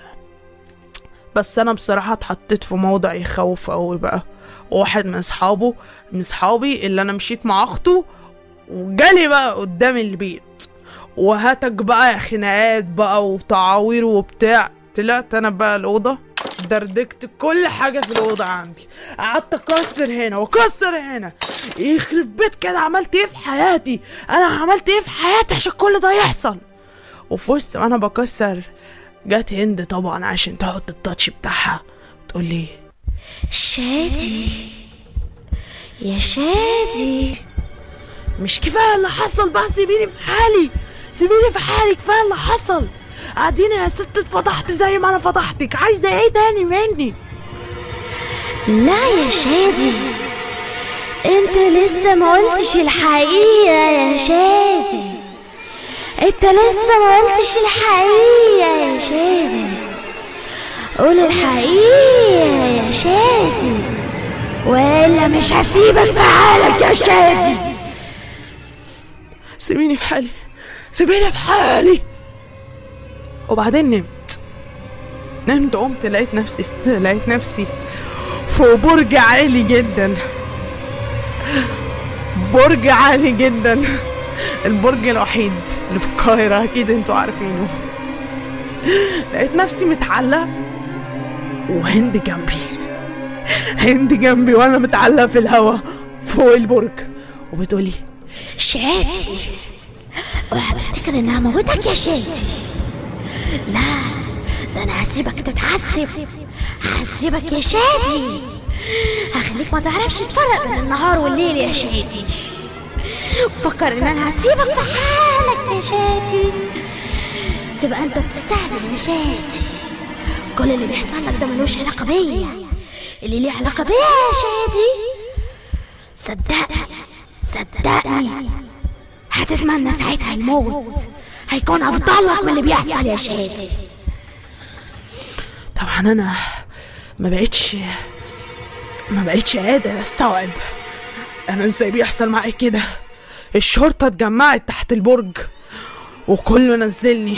بس انا بصراحه اتحطيت في موضع يخوف قوي بقى. واحد من اصحابه من اصحابي اللي انا مشيت مع اخته وجالي بقى قدام البيت وهاتك بقى خناقات بقى وتعاوير وبتاع. طلعت انا بقى الاوضه دردكت كل حاجه في الاوضه عندي، قعدت اكسر هنا واكسر هنا. يخرب بيت كده، عملت ايه في حياتي؟ انا عملت ايه في حياتي عشان كل ده يحصل؟ وفي وسط انا بكسر جت هند طبعا عشان تحط التاتش بتاعها، تقول لي شادي يا شادي مش كفايه اللي حصل بقى؟ سيبيني في حالي، سيبيني في حالي، كفايه اللي حصل. اديني يا ست اتفضحت زي ما انا فضحتك، عايزه ايه تاني مني؟ لا يا شادي، انت لسه ما قلتش الحقيقة يا شادي، انت لسه ما قلتش الحقيقة يا شادي، قول الحقيقة يا شادي وإلا مش هسيبك في حالك يا شادي. سيبيني في حالي، سيبيني في حالي. وبعدين نمت نمت قمت لقيت نفسي لقيت نفسي فوق برج عالي جدا، برج عالي جدا، البرج الوحيد اللي في القاهرة اكيد انتوا عارفينه. لقيت نفسي متعلق وهند جنبي، هند جنبي وانا متعلق في الهوا فوق البرج وبتقولي شادي اوعى تفتكر انها موتك يا شادي، لا ده انا هسيبك تتعذب، هسيبك يا شادي، هخليك ما تعرفش تفرق بين النهار والليل يا شادي. فكر ان انا هسيبك في حالك يا شادي، تبقى انت بتستهبل يا شادي. كل اللي بيحصل لك ده ملوش علاقه بيا، اللي ليه علاقه بيا يا شادي صدقني صدقني هتتمنى ساعتها الموت، هيكون افضل لك من اللي بيحصل يا شادي. طبعا انا ما بقتش ما بقتش قادر استوعب انا ازاي بيحصل معايا كده. الشرطه اتجمعت تحت البرج وكله نزلني،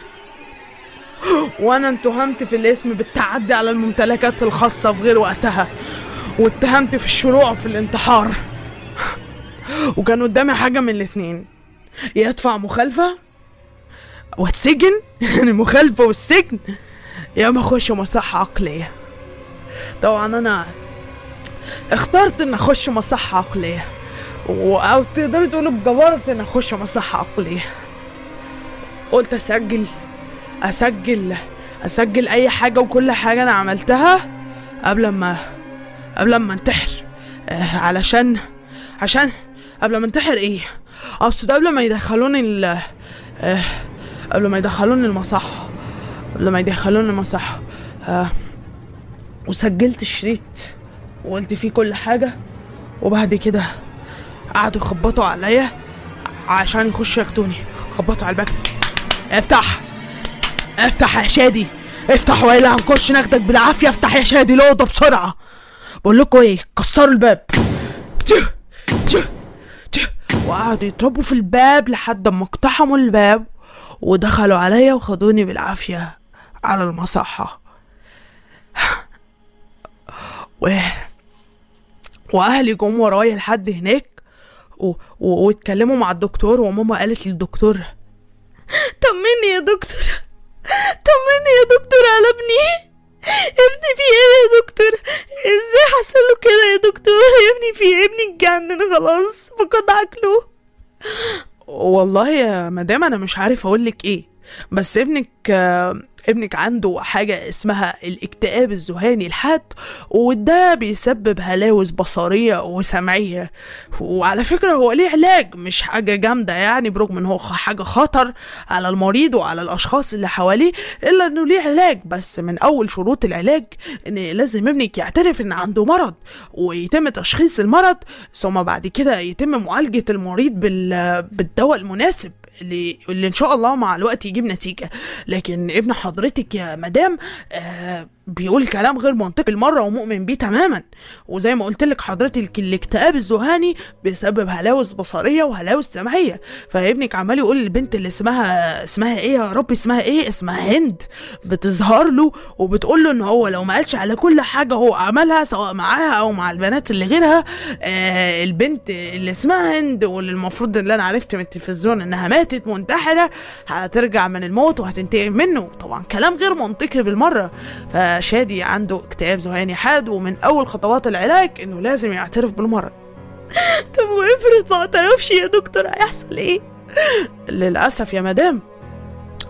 وانا اتهمت في الاسم بالتعدي على الممتلكات الخاصه في غير وقتها، واتهمت في الشروع في الانتحار، وكان قدامي حاجه من الاتنين، يا ادفع مخالفه واتسجن يعني مخالفه والسجن، يا ما اخش مصحه عقليه. طبعا انا اخترت ان اخش مصحه عقليه، او تقدروا تقولوا بجبارة ان اخش مصحه عقليه. قلت اسجل اسجل اسجل اي حاجه وكل حاجه انا عملتها قبل ما قبل ما انتحر، آه علشان عشان قبل ما انتحر ايه اقصد قبل ما يدخلوني ال آه قبل ما يدخلوني المصحه قبل ما يدخلوني المصحه آه وسجلت الشريط وقلت فيه كل حاجه. وبعد كده قعدوا يخبطوا عليا عشان يخشوا ياخدوني، خبطوا على الباب، افتح افتح يا شادي افتح والا هنخش ناخدك بالعافيه، افتح يا شادي الاوضه بسرعه. بقول لكم ايه، كسروا الباب تشه تشه تشه، وقعدوا يضربوا في الباب لحد ما اقتحموا الباب ودخلوا عليا وخدوني بالعافيه على المصحه. و... واهلي جم ورايا لحد هناك و... و... واتكلموا مع الدكتور، وماما قالت للدكتور طمني يا دكتور، طمني يا دكتور على ابني، ابني في ايه يا دكتور؟ ازاي حصل له كده يا دكتور؟ ابني في ابني اتجنن خلاص فقد عقله. والله يا مدام انا مش عارف اقولك ايه، بس ابنك آه ابنك عنده حاجة اسمها الاكتئاب الذهاني الحاد، وده بيسبب هلاوس بصرية وسمعية. وعلى فكرة هو ليه علاج، مش حاجة جامدة يعني، برغم ان هو حاجة خطر على المريض وعلى الاشخاص اللي حواليه، الا انه ليه علاج. بس من اول شروط العلاج ان لازم ابنك يعترف ان عنده مرض ويتم تشخيص المرض، ثم بعد كده يتم معالجة المريض بال... بالدواء المناسب اللي اللي ان شاء الله مع الوقت يجيب نتيجة. لكن ابن حضرتك يا مدام آه بيقول كلام غير منطقي المرة ومؤمن بيه تماما، وزي ما قلت لك حضرتك الاكتئاب الذهاني بيسبب هلاوس بصرية وهلاوس سمعية. فابنك عمال يقول البنت اللي اسمها اسمها ايه يا رب اسمها ايه اسمها هند بتظهر له وبتقول له ان هو لو ما قالش على كل حاجة هو عملها سواء معاها او مع البنات اللي غيرها، آه البنت اللي اسمها هند واللي المفروض اللي انا عرفت من التلفزيون انها ماتت منتحرة هترجع من الموت وهتنتقم منه. طبعا كلام غير منطقي بالمرة. ف شادي عنده اكتئاب ذهاني حاد، ومن اول خطوات العلاج انه لازم يعترف بالمرض. طب وافرض ما اعترفش يا دكتور هيحصل ايه؟ للاسف يا مدام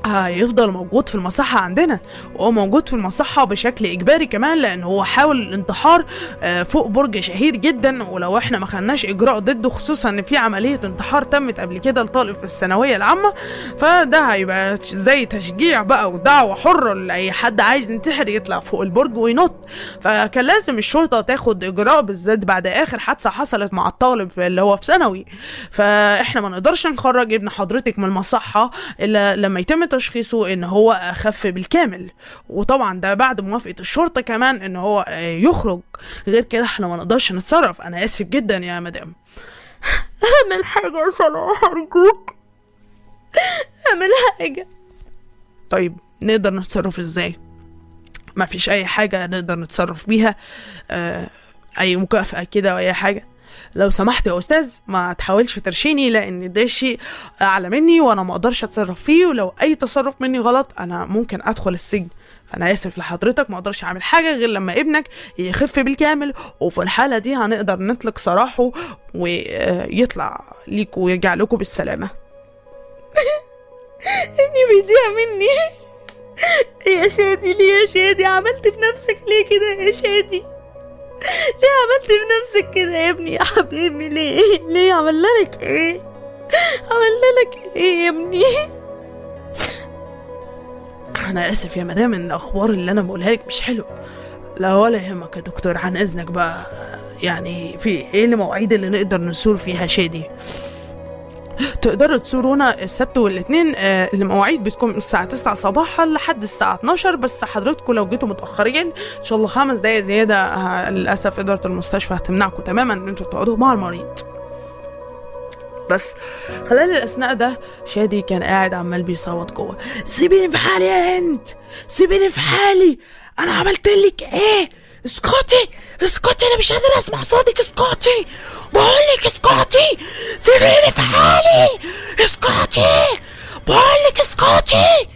هيفضل موجود في المصحة عندنا، وهو موجود في المصحة بشكل إجباري كمان، لأن هو حاول الانتحار فوق برج شهير جدا. ولو احنا ما خدناش إجراء ضده، خصوصا إن في عملية انتحار تمت قبل كده لطالب في الثانوية العامة، فده هيبقى زي تشجيع بقى ودعوة حرة لأي حد عايز ينتحر يطلع فوق البرج وينط. فكان لازم الشرطة تاخد إجراء، بالذات بعد آخر حادثة حصلت مع الطالب اللي هو في ثانوي. فاحنا ما نقدرش نخرج ابن حضرتك من المصحة إلا لما يتم تشخيصه ان هو اخف بالكامل، وطبعا ده بعد موافقة الشرطة كمان ان هو يخرج. غير كده احنا ما نقدرش نتصرف. انا اسف جدا يا مدام. اعمل حاجة يا صلاح ارجوك، اعمل حاجة. طيب نقدر نتصرف ازاي؟ ما فيش اي حاجة نقدر نتصرف بيها، اه اي مكافأة كده او اي حاجة. لو سمحت يا استاذ ما تحاولش ترشيني، لان ده شيء اعلى مني وانا ما اقدرش اتصرف فيه، ولو اي تصرف مني غلط انا ممكن ادخل السجن. فانا اسف لحضرتك، ما اقدرش اعمل حاجه غير لما ابنك يخف بالكامل، وفي الحاله دي هنقدر نطلق سراحه ويطلع ليك ويرجع لكم بالسلامه. ابني بيضيع مني يا شادي. ليه يا شادي عملت في نفسك ليه كده يا شادي؟ ليه عملت في نفسك كده يا ابني يا حبيبي؟ ليه ليه عملنا لك ايه؟ عملنا لك ايه يا ابني؟ انا اسف يا مدام ان الاخبار اللي انا بقولها لك مش حلوه. لا ولا يهمك يا دكتور، عن اذنك بقى، يعني في ايه المواعيد اللي نقدر نزور فيها شادي؟ تقدروا تزورونا السبت والاثنين، آه المواعيد بتكون من الساعة تسعة صباحا لحد الساعة اتناشر، بس حضرتكم لو جيتوا متأخرين ان شاء الله خمس دقايق زيادة آه للأسف إدارة المستشفى هتمنعكم تماما ان انتوا تقعدوا مع المريض. بس خلال الأثناء ده شادي كان قاعد عمال بيصوت جوه. سيبيني في حالي يا هند، سيبيني في حالي، أنا عملت لك إيه؟ اسكتي اسكتي، انا مش قادر اسمع صوتك، اسكتي بقولك، اسكتي سيبيني في حالي، اسكتي بقولك، اسكتي.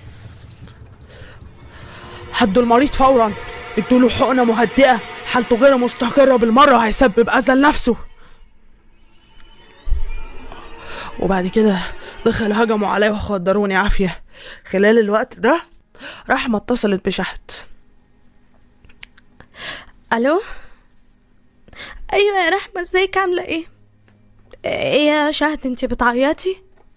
حدوا المريض فورا، ادوله حقنة مهدئة، حالته غير مستقرة بالمرة وهيسبب اذى لنفسه. وبعد كده دخل هجموا عليه وخدروني عافية. خلال الوقت ده رحمة اتصلت بشهد. الو، ايوه يا رحمه، ازيك عامله ايه؟ ايه يا شهد انتي بتعيطي؟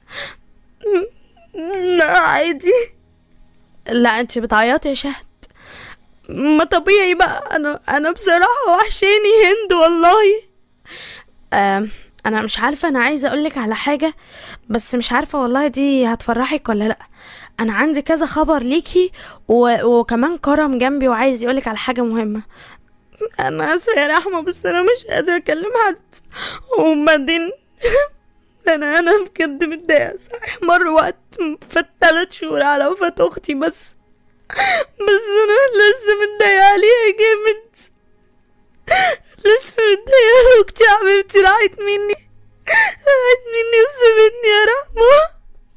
لا عادي. لا انتي بتعيطي يا شهد؟ ما طبيعي بقى، انا انا بصراحه وحشاني هند والله. آه انا مش عارفه، انا عايزه اقولك على حاجه بس مش عارفه والله دي هتفرحك ولا لا. انا عندي كذا خبر ليكي و... وكمان كرم جنبي وعايز يقولك على حاجه مهمه. انا اسفه يا رحمه بس انا مش قادره اكلم حد، وبعدين انا انا بجد متضايقه. صحيح مر وقت فات تلات شهور على وفاه اختي، بس بس انا لسه متضايقه عليها جامد، لسه متضايقه. اختي حبيبتي راحت مني راحت مني وسابتني يا رحمه.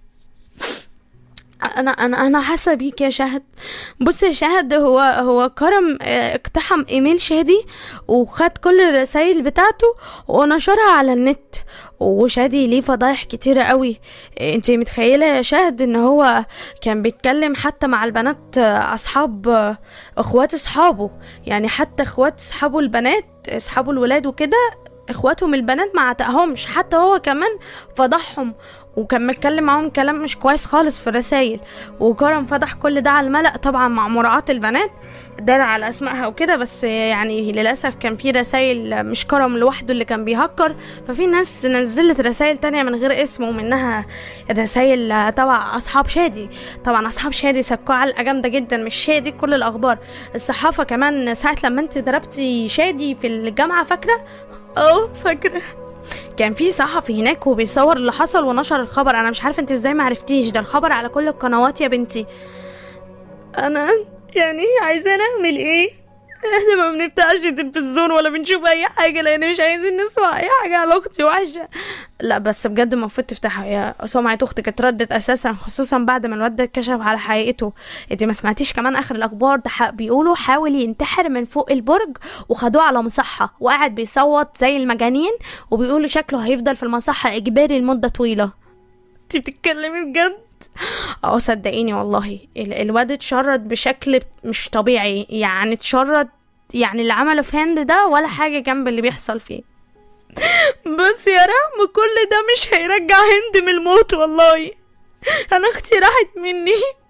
انا انا انا حاسه بيك يا شهد. بص يا شهد، هو هو كرم اقتحم ايميل شادي وخد كل الرسائل بتاعته ونشرها على النت، وشادي ليه فضايح كتيره قوي. انتي متخيله يا شهد ان هو كان بيتكلم حتى مع البنات اصحاب اخوات اصحابه، يعني حتى اخوات اصحابه البنات اصحابه الولاد وكده اخواتهم البنات ما عتقهمش، حتى هو كمان فضحهم وكان متكلم معاهم كلام مش كويس خالص في الرسايل. وكرم فضح كل ده على الملأ طبعا مع مراعاة البنات، دار على اسمائها وكده، بس يعني للأسف كان في رسايل مش كرم لوحده اللي كان بيهكر، ففي ناس نزلت رسايل تانية من غير اسمه، ومنها رسايل تبع اصحاب شادي. طبعا اصحاب شادي سكوا علقة جامدة جدا، مش شادي كل الاخبار، الصحافة كمان. ساعة لما انت ضربتي شادي في الجامعة فاكرة؟ اه فاكرة، كان في صحفي هناك وبيصور اللي حصل ونشر الخبر. انا مش عارفه انت ازاي ما عرفتيش، ده الخبر على كل القنوات يا بنتي. انا يعني عايزه نعمل ايه؟ احنا ما بنفتحش التلفزيون ولا بنشوف اي حاجه لان مش عايزين نسمع اي حاجه على اختي وحشه. لا بس بجد المفروض تفتحها، يا سمعة اختك اتردت اساسا، خصوصا بعد ما الواد ده اتكشف على حقيقته. انت ما سمعتيش كمان اخر الاخبار ده؟ بيقولوا حاول ينتحر من فوق البرج وخدوه على مصحه وقاعد بيصوت زي المجانين، وبيقولوا شكله هيفضل في المصحه اجباري لمده طويله. انت بتتكلمي بجد؟ اه صدقيني والله ال- الواد اتشرد بشكل مش طبيعي، يعني اتشرد، يعني اللي عمله في هند ده ولا حاجة جنب اللي بيحصل فيه. بس يا رحمة كل ده مش هيرجع هند من الموت والله، انا اختي راحت مني.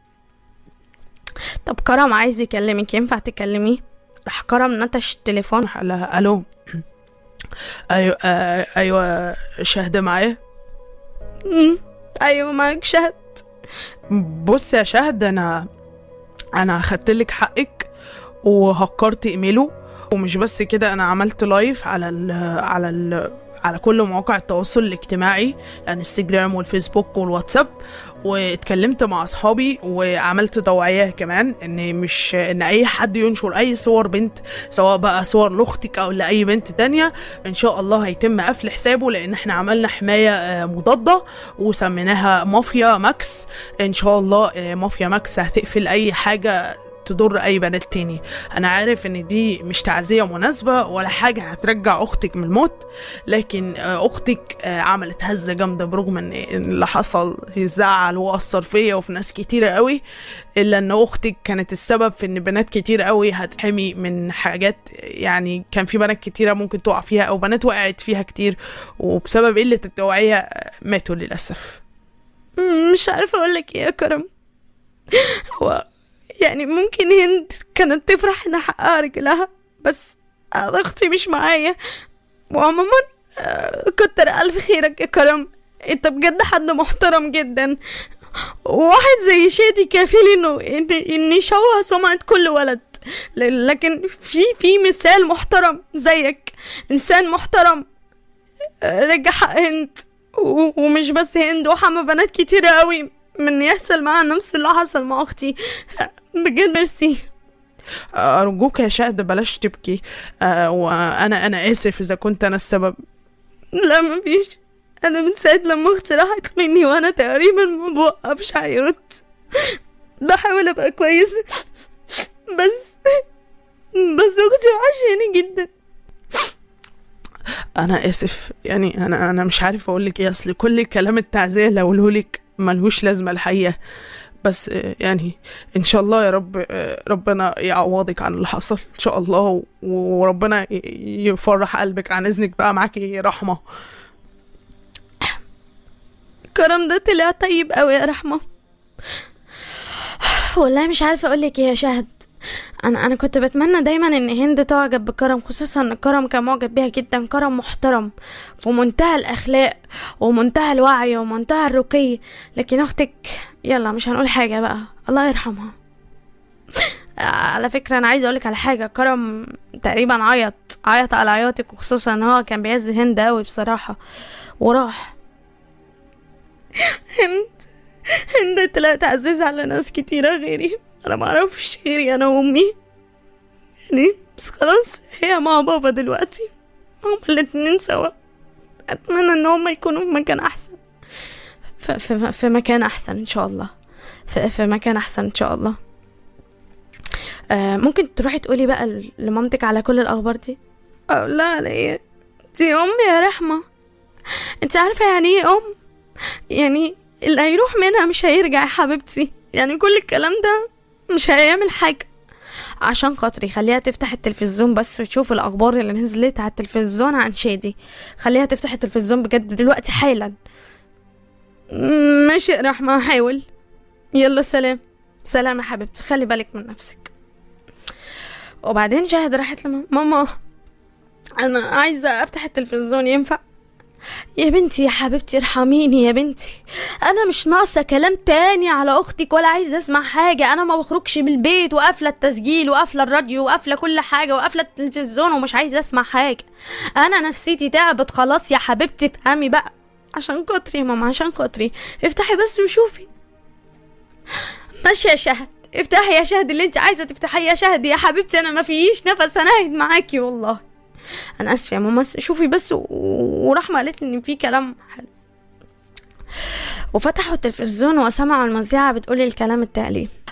طب كرم عايز يكلمك، ينفع تكلميه؟ راح كرم نتش التليفون. قال لها الو. ايوه آه ايوه شهد معايا. مم. ايوه معاك شهد. بص يا شهد، انا انا اخدت لك حقك وهكرت ايميله، ومش بس كده، انا عملت لايف على ال على ال على كل مواقع التواصل الاجتماعي، الانستجرام والفيسبوك والواتساب، واتكلمت مع اصحابي وعملت توعية كمان ان مش ان اي حد ينشر اي صور بنت، سواء بقى صور لاختك او لاي بنت تانية، ان شاء الله هيتم قفل حسابه، لان احنا عملنا حماية مضادة وسميناها مافيا ماكس. ان شاء الله مافيا ماكس هتقفل اي حاجة تضر اي بنات تاني. انا عارف ان دي مش تعزية مناسبة ولا حاجة هترجع اختك من الموت، لكن اختك عملت هزة جامدة، برغم ان اللي حصل يزعل واثر فيا وفي ناس كتيرة قوي، الا ان اختك كانت السبب في ان بنات كتير قوي هتحمي من حاجات، يعني كان في بنات كتيرة ممكن تقع فيها او بنات وقعت فيها كتير، وبسبب قلة التوعية ماتوا للأسف. مش عارفة اقولك ايه يا كرم، هو يعني ممكن هند كانت تفرح ان حقها رجلها، بس انا اختي مش معايا. وعموما كتر الف خيرك يا كرم، انت بجد حد محترم جدا، واحد زي شادي كافي انه ان يشوه سمعة كل ولد، لكن في في مثال محترم زيك، انسان محترم رجع حق هند، ومش بس هند، وحما بنات كتيرة قوي من يحصل معاها نفس اللي حصل مع اختي. بجد ميرسي. ارجوك يا شهد بلاش تبكي، أه وانا انا اسف اذا كنت انا السبب. لا مفيش، انا من ساعه لما اختي راحت مني وانا تقريبا ما بوقفش عياط، بحاول ابقى كويسه، بس بس اختي وحشاني جدا. انا اسف، يعني انا انا مش عارف اقول لك ايه، اصل كل كلام التعزيه اللي اقوله لك ملهوش لازمه الحقيقه، بس يعني ان شاء الله يا رب ربنا يعوضك عن اللي حصل ان شاء الله، وربنا يفرح قلبك. عن اذنك بقى معاكي رحمه. كرم ده طلع طيب قوي يا رحمه. والله مش عارفه اقول لك ايه يا شهد، انا انا كنت بتمنى دايما ان هند تعجب بكرم، خصوصا ان كرم كان معجب بيها جدا. كرم محترم في منتهى الاخلاق ومنتهى الوعي ومنتهى الرقي، لكن اختك يلا مش هنقول حاجه بقى، الله يرحمها. على فكره انا عايزه اقولك على حاجه، كرم تقريبا عيط عيط على عياطك، وخصوصا ان هو كان بيعز هند قوي بصراحه وراح. هند هند طلعت عزيز على ناس كتيره غيري، انا معرفش غيري انا وامي يعني، بس خلاص هي مع بابا دلوقتي، هما الاتنين سوا. اتمنى ان هما يكونوا في مكان احسن، في, في, في مكان احسن ان شاء الله، في, في مكان احسن ان شاء الله. آه ممكن تروحي تقولي بقى لمامتك على كل الاخبار دي؟ اه لا على ايه، دي امي يا رحمه، انت عارفه يعني ايه ام؟ يعني اللي هيروح منها مش هيرجع يا حبيبتي، يعني كل الكلام ده مش هيعمل حاجه. عشان خاطري خليها تفتح التلفزيون بس وتشوف الاخبار اللي نزلت على التلفزيون عن شادي، خليها تفتح التلفزيون بجد دلوقتي حالا. ماشي يا رحمه، هحاول. يلا سلام. سلام يا حبيبتي، خلي بالك من نفسك. وبعدين شهد راحت لماما، ماما انا عايزه افتح التلفزيون ينفع؟ يا بنتي يا حبيبتي ارحميني يا بنتي، انا مش ناقصه كلام تاني على اختك ولا عايزه اسمع حاجه، انا ما بخرجش من البيت وقافله التسجيل وقافله الراديو وقافله كل حاجه وقافله التلفزيون ومش عايزه اسمع حاجه، انا نفسيتي تعبت خلاص يا حبيبتي، افهمي بقى. عشان خاطري يا ماما، عشان خاطري افتحي بس وشوفي. ماشي يا شهد، افتحي يا شهد اللي انت عايزه تفتحي يا شهد يا حبيبتي، انا ما فيش نفس اناهد معاكي والله. انا اسفه يا ماما، شوفي بس و... ورحمه قالت لي ان في كلام حلو. وفتحوا التلفزيون وسمعوا المذيعه بتقولي الكلام التالي: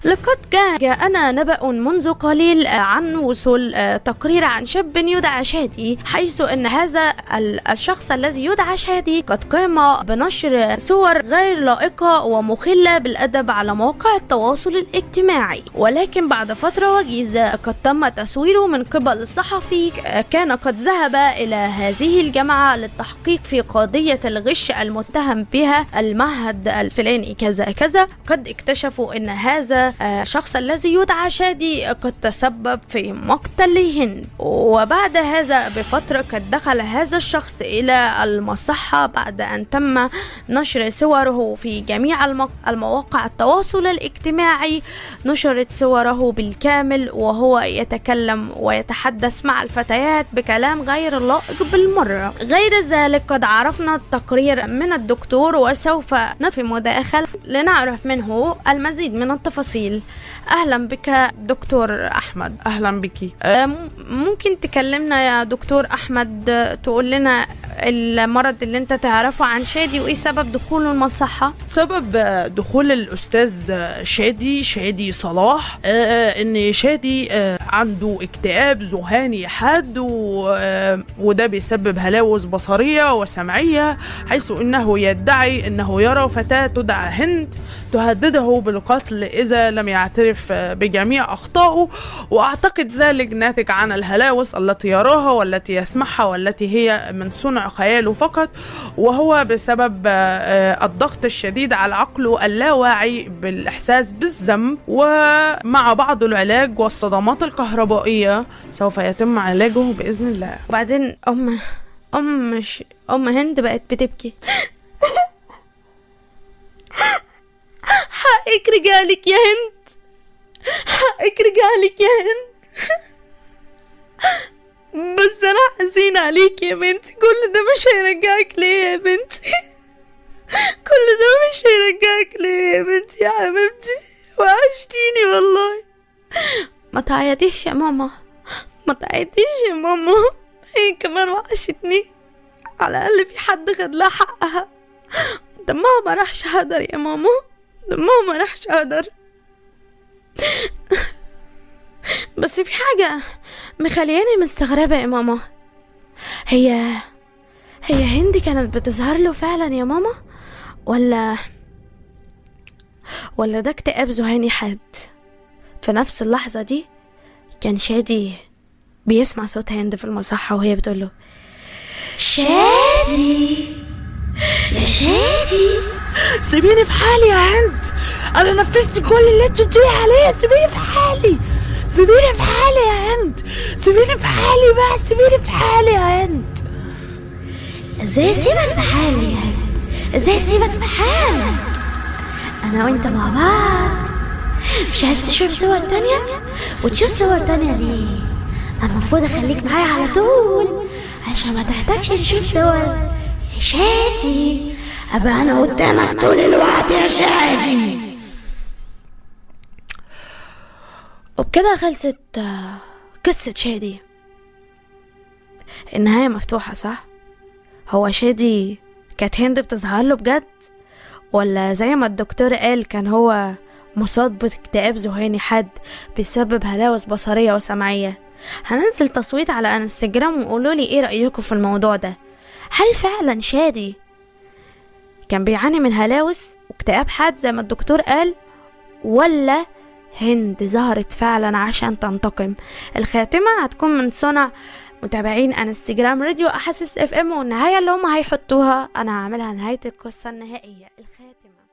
لقد جاءنا نبأ منذ قليل عن وصول تقرير عن شاب يدعى شادي، حيث ان هذا الشخص الذي يدعى شادي قد قام بنشر صور غير لائقة ومخلة بالأدب على مواقع التواصل الاجتماعي. ولكن بعد فترة وجيزة قد تم تصويره من قبل الصحفي، كان قد ذهب إلى هذه الجامعة للتحقيق في قضية الغش المتهم بها المعهد الفلاني كذا كذا. قد اكتشفوا ان هذا الشخص الذي يدعى شادي قد تسبب في مقتل هند. وبعد هذا بفترة قد دخل هذا الشخص إلى المصحة بعد أن تم نشر صوره في جميع المواقع التواصل الاجتماعي. نشرت صوره بالكامل وهو يتكلم ويتحدث مع الفتيات بكلام غير لائق بالمرة. غير ذلك قد عرفنا التقرير من الدكتور، وسوف ندخل مداخل لنعرف منه المزيد من التفاصيل. أهلا بك دكتور أحمد. أهلا بك. ممكن تكلمنا يا دكتور أحمد، تقول لنا المرض اللي انت تعرفه عن شادي وايه سبب دخوله المصحة؟ سبب دخول الأستاذ شادي شادي صلاح آه ان شادي آه عنده اكتئاب ذهاني حاد، وده بيسبب هلاوس بصرية وسمعية، حيث انه يدعي انه يرى فتاة تدعى هند تهدده بالقتل إذا لم يعترف بجميع أخطائه. وأعتقد ذلك ناتج عن الهلاوس التي يراها والتي يسمعها والتي هي من صنع خياله فقط، وهو بسبب الضغط الشديد على عقله اللاواعي بالإحساس بالذنب. ومع بعض العلاج والصدمات الكهربائية سوف يتم علاجه بإذن الله. وبعدين أم أم أم هند بقت بتبكي. حقك رجالك يا هند، حقك رجالك يا هند. بس انا حزين عليك يا بنتي، كل ده مش هيرجعك ليه يا بنتي؟ كل ده مش هيرجعك ليه يا بنتي يا حبيبتي؟ وحشتيني والله. ما تعيطيش يا ماما، ما تعيطيش يا ماما، هي كمان وحشتني. على الاقل في حد خد لها حقها. دمها ما راحش هدر يا ماما، دمها ما راحش هدر. بس في حاجة مخلياني مستغربة يا ماما. هي هي هندي كانت بتظهر له فعلا يا ماما، ولا ولا ده اكتئاب ذهاني حاد؟ في نفس اللحظة دي كان شادي بيسمع صوت هند في المصحة وهي بتقوله شادي يا شادي سيبيني في حالي يا هند، انا نفذت كل اللي انت بتقولي عليه. سيبيني في حالي، سيبيني في حالي يا هند، سيبيني في حالي بقى، سيبيني في حالي يا هند. ازاي اسيبك في حالي يا هند؟ ازاي اسيبك في حالك؟ انا وانت مع بعض. مش عايز تشوف صور تانية؟ وتشوف صور تانية ليه؟ انا المفروض اخليك معايا على طول عشان ما تحتاجش تشوف صور يا شادي. ابقى انا قدامك طول الوقت يا شادي. وبكده خلصت قصة شادي. النهاية مفتوحة صح؟ هو شادي كانت هند بتظهر له بجد، ولا زي ما الدكتور قال كان هو مصاب باكتئاب ذهاني حاد بسبب هلاوس بصرية وسمعية؟ هننزل تصويت على انستجرام وقولوا لي ايه رأيكم في الموضوع ده. هل فعلا شادي كان بيعاني من هلاوس واكتئاب حاد زي ما الدكتور قال، ولا هند ظهرت فعلا عشان تنتقم؟ الخاتمة هتكون من صنع متابعين انستجرام راديو احاسيس اف ام، والنهاية اللي هم هيحطوها انا هعملها نهاية القصة النهائية. الخاتمة